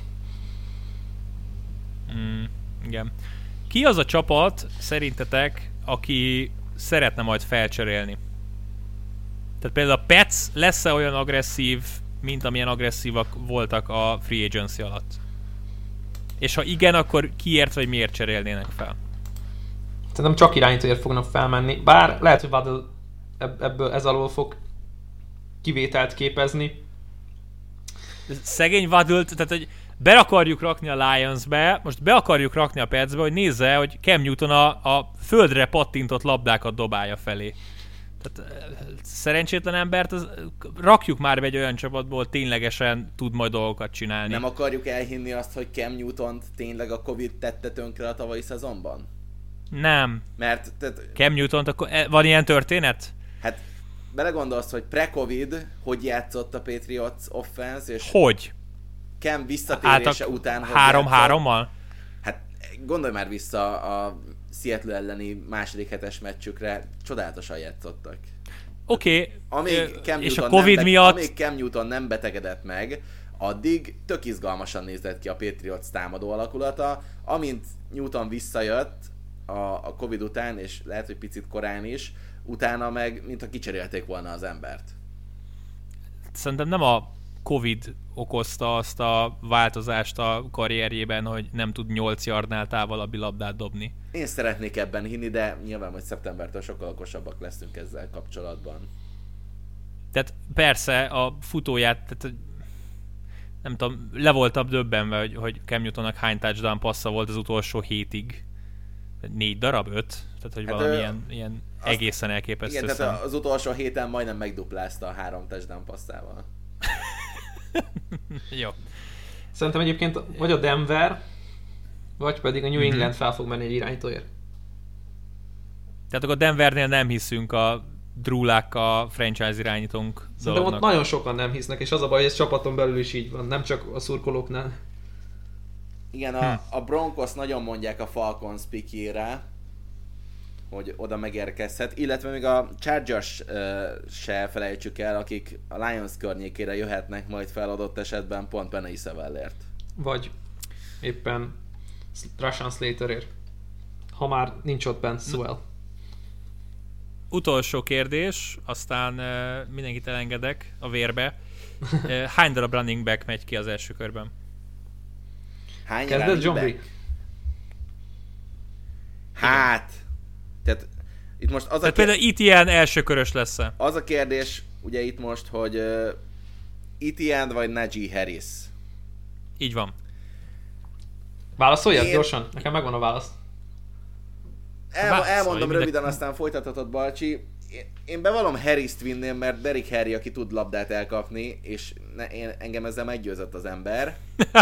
Mm, igen. Ki az a csapat szerintetek, aki szeretne majd felcserélni? Tehát például a Pets lesz-e olyan agresszív, mint amilyen agresszívak voltak a free agency alatt? És ha igen, akkor kiért vagy miért cserélnének fel? Szerintem csak irányítóért fognak felmenni, bár lehet, hogy Waddle ebből ez alól fog kivételt képezni. Szegény Waddle-t, tehát hogy be akarjuk rakni a Lions-be, most be akarjuk rakni a Petsbe, hogy nézze, hogy Cam Newton a, a földre pattintott labdákat dobálja felé. Tehát szerencsétlen embert, az, rakjuk már be egy olyan csapatból, ténylegesen tud majd dolgokat csinálni. Nem akarjuk elhinni azt, hogy Cam Newtont tényleg a Covid tette tönkre a tavalyi szezonban? Nem. Mert... Tehát, Cam Newtont, akkor van ilyen történet? hát belegondolsz, hogy pre-Covid hogy játszott a Patriots offense, és Hogy? Cam visszatérése Áltak után... három-hárommal? Hát gondolj már vissza a Seattle elleni második hetes meccsükre, csodálatosan játszottak. Oké, okay, Amíg Cam és a Newton Covid nem miatt... Amíg Cam Newton nem betegedett meg, addig tök izgalmasan nézett ki a Patriots támadó alakulata. Amint Newton visszajött a, a Covid után, és lehet, hogy picit korán is, utána meg, mintha kicserélték volna az embert. Szerintem nem a Covid okozta azt a változást a karrierjében, hogy nem tud nyolc yardnál távolabbi labdát dobni. Én szeretnék ebben hinni, de nyilván majd szeptembertől sokkal okosabbak leszünk ezzel kapcsolatban. Tehát persze a futóját, tehát nem tudom, le voltam döbbenve, hogy, hogy Cam Newtonnak hány touchdown passza volt az utolsó hétig. Négy darab, öt? Tehát, hogy hát valamilyen ő, ilyen azt, egészen elképesztő igen, szem. tehát az utolsó héten majdnem megduplázta a három touchdown passzával. Jó. Szerintem egyébként vagy a Denver, vagy pedig a New England mm-hmm. fel fog menni egy irányítóért. Tehát akkor a Denvernél nem hiszünk a Drulák a franchise irányítónk Szerintem dolognak. ott nagyon sokan nem hisznek, és az a baj, hogy ez csapaton belül is így van, nem csak a szurkolóknál. Igen, a, hm. a Broncos nagyon mondják a Falcons pikére, hogy oda megérkezhet, illetve még a Chargers uh, se felejtsük el, akik a Lions környékére jöhetnek majd fel adott esetben pont Penei Sewellért. Vagy éppen Rashawn Slaterért, ha már nincs ott bent Sewell. Utolsó kérdés, aztán uh, mindenkit elengedek a vérbe. Uh, hány darab running back megy ki az első körben? Hány Kezded, John Brick? Hát, tehát itt most az Tehát a például itt ilyen első körös lesz-e? Az a kérdés, ugye itt most, hogy uh, Etienne vagy Najee Harris? Így van. Válaszoljak Én... gyorsan? Nekem megvan a válasz. El, Válaszolj, elmondom minden... röviden, aztán folytathatod, Balcsi. Én, én bevallom Harrist vinném, mert Derrick Henry, aki tud labdát elkapni, és ne, én, engem ezzel meggyőzött az ember.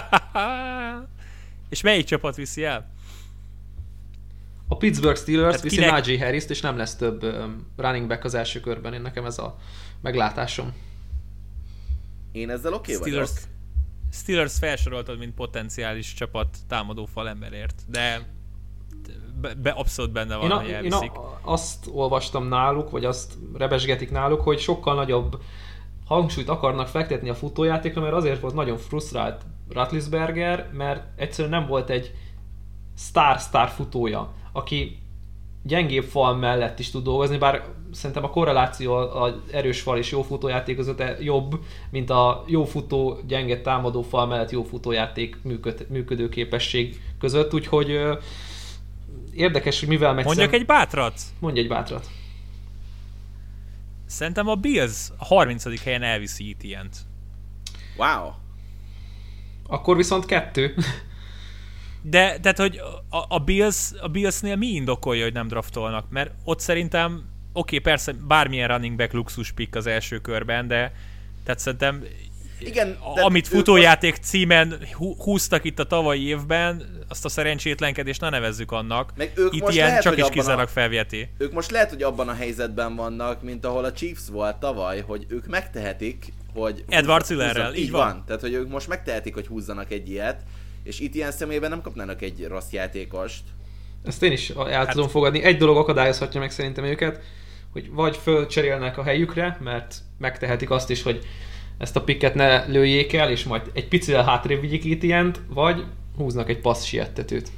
És melyik csapat viszi el? A Pittsburgh Steelers Hát viszi kinek... Najee Harrist, és nem lesz több um, running back az első körben. Én nekem ez a meglátásom. Én ezzel oké okay Steelers... vagyok. Steelers felsoroltad, mint potenciális csapat támadó falemberért, de be, be abszolút benne van, én, a, hogy én elviszik. a, azt olvastam náluk, vagy azt rebesgetik náluk, hogy sokkal nagyobb hangsúlyt akarnak fektetni a futójátékra, mert azért volt nagyon frusztrált Roethlisberger, mert egyszerűen nem volt egy sztár-sztár futója, aki gyengébb fal mellett is tud dolgozni, bár szerintem a korreláció az erős fal és jó futójáték között jobb, mint a jó futó, gyenge támadó fal mellett jó futójáték működ, működőképesség között, úgyhogy ö, érdekes, hogy mivel megy Mondjak szem... egy bátrat? Mondj egy bátrat. Szerintem a Bills a harmincadik helyen elviszi Etienne-t. Wow. Akkor viszont kettő. De, tehát, hogy a, a, Bills, a Billsnél mi indokolja, hogy nem draftolnak? Mert ott szerintem, oké, okay, persze bármilyen running back luxus pick az első körben, de tehát szerintem Igen, amit futójáték most... címen húztak itt a tavalyi évben, azt a szerencsétlenkedést ne nevezzük annak. Meg ők itt most ilyen lehet, csak is a... kizárólag felveti. Ők most lehet, hogy abban a helyzetben vannak, mint ahol a Chiefs volt tavaly, hogy ők megtehetik, hogy... Edward Zillerrel, így van. van. Tehát, hogy ők most megtehetik, hogy húzzanak egy ilyet, és itt ilyen személyben nem kapnának egy rossz játékost. Ezt én is el hát... tudom fogadni. Egy dolog akadályozhatja meg szerintem őket, hogy vagy fölcserélnek a helyükre, mert megtehetik azt is, hogy ezt a picket ne lőjék el, és majd egy picivel hátrébb vigyik Etienne-t, vagy húznak egy passz siettetőt.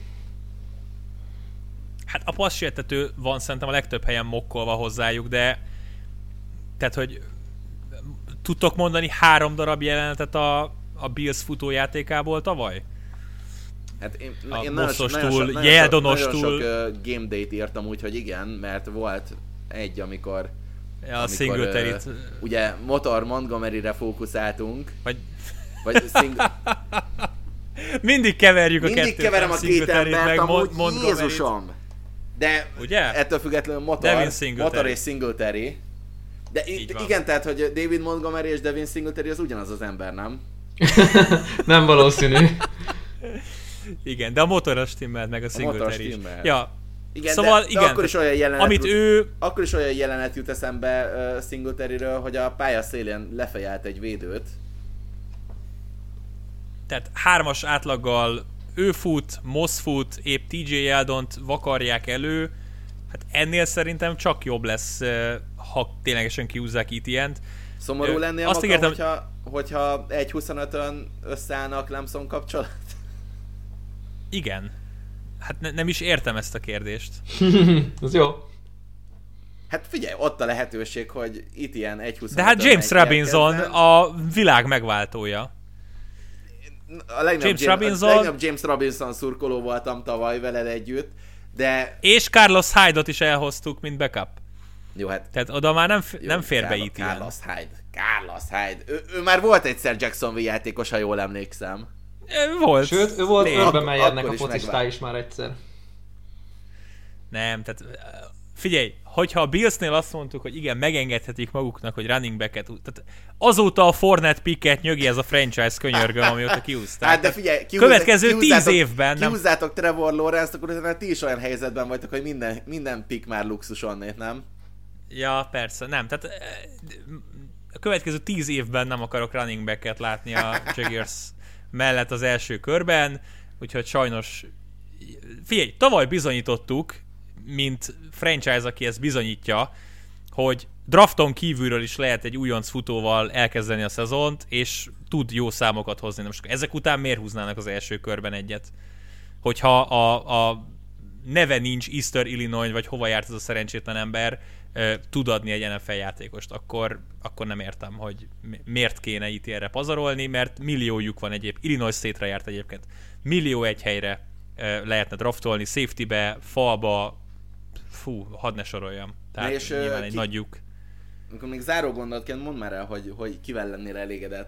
Hát a passz siettető van szerintem a legtöbb helyen mokkolva hozzájuk, de tehát, hogy tudtok mondani három darab jelenetet a, a Bills futójátékából tavaly? Hát én, a én Mosszostól, Jeldonostól. Nagyon sok uh, game day-t írtam úgy, hogy igen, mert volt egy, amikor ja, a Singletary-t. Uh, ugye Motor Montgomery-re fókuszáltunk. Vagy... Vagy sing... Mindig keverjük a Mindig kettőt. keverem a két embert, meg amúgy Mon- Jézusom. De ugye? Ettől függetlenül Motor, Motor és Singletary. De itt, igen, tehát, hogy David Montgomery és Devin Singletary az ugyanaz az ember, nem? Nem valószínű. Igen, de a motoros stimmelt meg a Singletary is. Ja. Igen, szóval, de, de igen, akkor is olyan jelenet amit jut, ő... akkor is olyan jelenet jut eszembe uh, Singletaryről, hogy a pálya szélén lefejelt egy védőt. Tehát hármas átlaggal ő fut, Moss fut, épp té jé Yeldont vakarják elő. Hát ennél szerintem csak jobb lesz, ha ténylegesen kiúzzák Etienne-t. Szomorú lennél azt magam, ígértem, hogyha, hogyha egy huszonötön összeállnak Clemson kapcsolat? Igen. Hát ne, nem is értem ezt a kérdést. Ez jó. Hát figyelj, ott a lehetőség, hogy Etienne egy huszonötön. De hát James Robinson a világ megváltója. A legnagyobb James, James, Robinson... a legnagyobb James Robinson szurkoló voltam tavaly veled együtt, de... És Carlos Hyde-ot is elhoztuk, mint backup. Jó, hát... Tehát oda már nem, f- jó, nem fér be Carlos, Etienne. Carlos Hyde. Carlos Hyde. Ő, ő már volt egyszer Jacksonville játékos, ha jól emlékszem. Volt. Sőt, ő volt Urban Meyernek a focistá is már egyszer. Nem, tehát figyelj, hogyha a Billsnél azt mondtuk, hogy igen, megengedhetik maguknak, hogy running backet, tehát azóta a Fournette picket nyögi ez a franchise könyörgöm, amióta kiúzták. Hát de figyelj, kihúz, következő tíz évben nem... Kihúzzátok Trevor Lawrence-t, akkor utána ti is olyan helyzetben vagytok, hogy minden, minden pick már luxus onnét, nem? Ja, persze, nem, tehát a következő tíz évben nem akarok running backet látni a Jaguars mellett az első körben, úgyhogy sajnos figyelj, tavaly bizonyítottuk, mint franchise, aki ezt bizonyítja, hogy drafton kívülről is lehet egy újonc futóval elkezdeni a szezont, és tud jó számokat hozni. Most ezek után miért húznának az első körben egyet? Hogyha a, a neve nincs Easter Illinois, vagy hova járt ez a szerencsétlen ember, tud adni egy en ef el játékost, akkor, akkor nem értem, hogy miért kéne itt erre pazarolni, mert milliójuk van egyébként. Illinois State-re járt egyébként. Millió egy helyre lehetne draftolni, safety-be, falba, fú, hadd ne soroljam. Tehát és, nyilván egy ki, nagy lyuk. Amikor még záró gondolatként mondd már el, hogy, hogy kivel lennél elégedett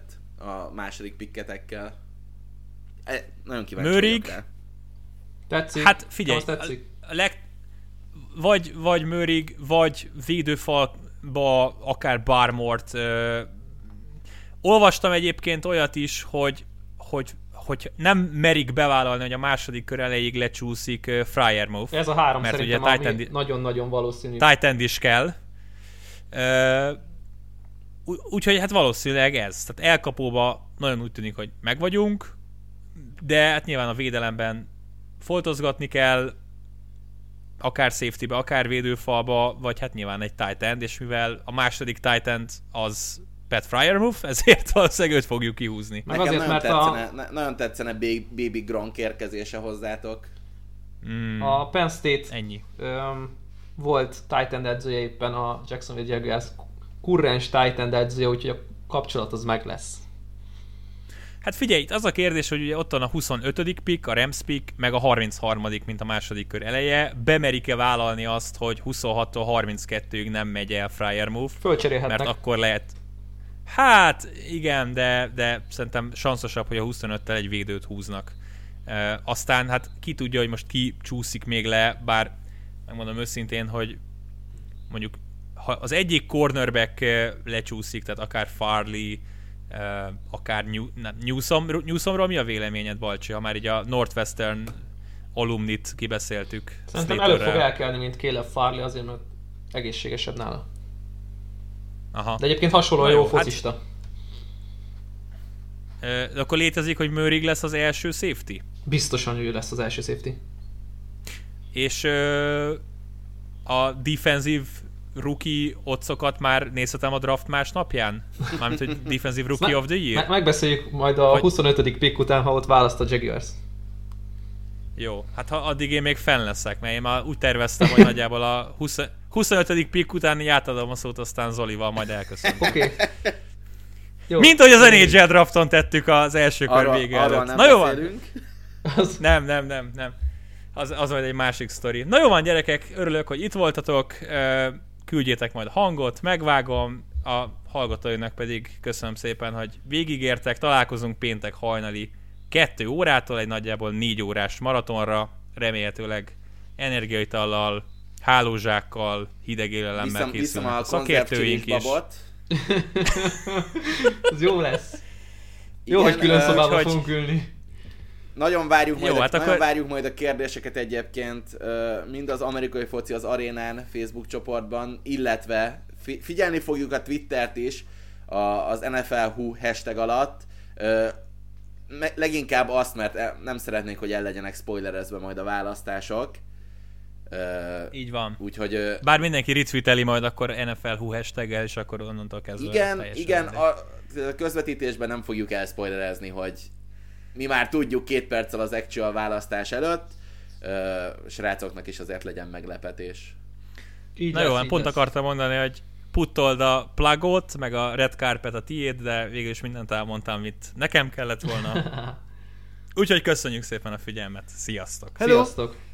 a második pikketekkel. E, nagyon kíváncsi Mörig. vagyok rá. Tetszik? Hát figyelj, tetszik? a leg... vagy, vagy Mörig, vagy védőfalba akár Barmort. Ö... Olvastam egyébként olyat is, hogy, hogy, hogy nem merik bevállalni, hogy a második kör elejéig lecsúszik uh, Freiermuth. Ez a három mert szerintem, ugye ami Titan... nagyon-nagyon valószínű. Titan is kell. Ö... Úgyhogy hát valószínűleg ez. Tehát elkapóba nagyon úgy tűnik, hogy megvagyunk, de hát nyilván a védelemben foltozgatni kell, akár safety-be, akár védőfalba, vagy hát nyilván egy tight end, és mivel a második tight end az Pat Freiermuth, ezért valószínűleg őt fogjuk kihúzni. Meg Nekem azért, nagyon, mert tetszene, a... nagyon tetszene Baby Gronk érkezése hozzátok. Mm, A Penn State ennyi. Um, volt tight end edzője éppen a Jacksonville Jaguars kurrens tight end edzője, úgyhogy a kapcsolat az meg lesz. Hát figyelj, itt az a kérdés, hogy ugye ott van a huszonötödik pick, a Rams pick, meg a harmincharmadik mint a második kör eleje. Bemerik-e vállalni azt, hogy huszonhattól harminckettőig nem megy el Freiermuth? Fölcserélhetnek. Mert akkor lehet... Hát igen, de, de szerintem sanszosabb, hogy a huszonöttel egy védőt húznak. E, aztán hát ki tudja, hogy most ki csúszik még le, bár megmondom őszintén, hogy mondjuk ha az egyik cornerback lecsúszik, tehát akár Farley, akár New, nem, Newsom, Newsomról mi a véleményed, Balcsi, ha már így a Northwestern alumnit kibeszéltük? Szerintem előbb fog elkelni, mint Caleb Farley, azért mert egészségesebb nála. Aha. De egyébként hasonlóan jó, jó focista. Hát, de akkor létezik, hogy Mörig lesz az első safety? Biztosan ő lesz az első safety. És a defensive rookie oddszokat már nézhetem a draft másnapján? Mármint, hogy defensive rookie of the year? Me- megbeszéljük majd a Vagy... huszonötödik pick után, ha ott választ a Jaguars. Jó, hát ha addig én még fenn leszek, mert én már úgy terveztem, hogy nagyjából a húsz, huszonötödik pick után így átadom a szót, aztán Zolival majd elköszönöm. Oké. Okay. Mint hogy az en há el drafton tettük az első kör vége előtt. Nem Na jó van. Az... Nem, nem, nem, nem. Az, az majd egy másik sztori. Na jó van, gyerekek, örülök, hogy itt voltatok. Küldjétek majd a hangot, megvágom. A hallgatóinak pedig köszönöm szépen, hogy végigértek. Találkozunk péntek hajnali kettő órától egy nagyjából négy órás maratonra. Remélhetőleg energiaitallal, hálózsákkal, hideg élelemmel készülnek a szakértőink is. Ez jó lesz. Jó, igen, hogy külön szobában hogy... fogunk ülni. Nagyon várjuk, majd jó, a, hát nagyon akkor... várjuk majd a kérdéseket egyébként, mind az amerikai foci az arénán Facebook csoportban, illetve figyelni fogjuk a Twittert is az en ef el hú hashtag alatt. Leginkább azt, mert nem szeretnék, hogy el legyenek spoilerezve majd a választások. Így van. Úgyhogy... Bár mindenki retweeteli majd akkor en ef el hú hashtaggel, és akkor onnantól kezdve... Igen, igen, a közvetítésben nem fogjuk elspoilerezni, hogy mi már tudjuk két perccel az actual választás előtt, srácoknak is azért legyen meglepetés. Így Na lesz, jó, pont lesz. Akartam mondani, hogy puttold a plugot, meg a red carpet a tiéd, de végül is mindent elmondtam, amit nekem kellett volna. Úgyhogy köszönjük szépen a figyelmet. Sziasztok! Hello. Sziasztok!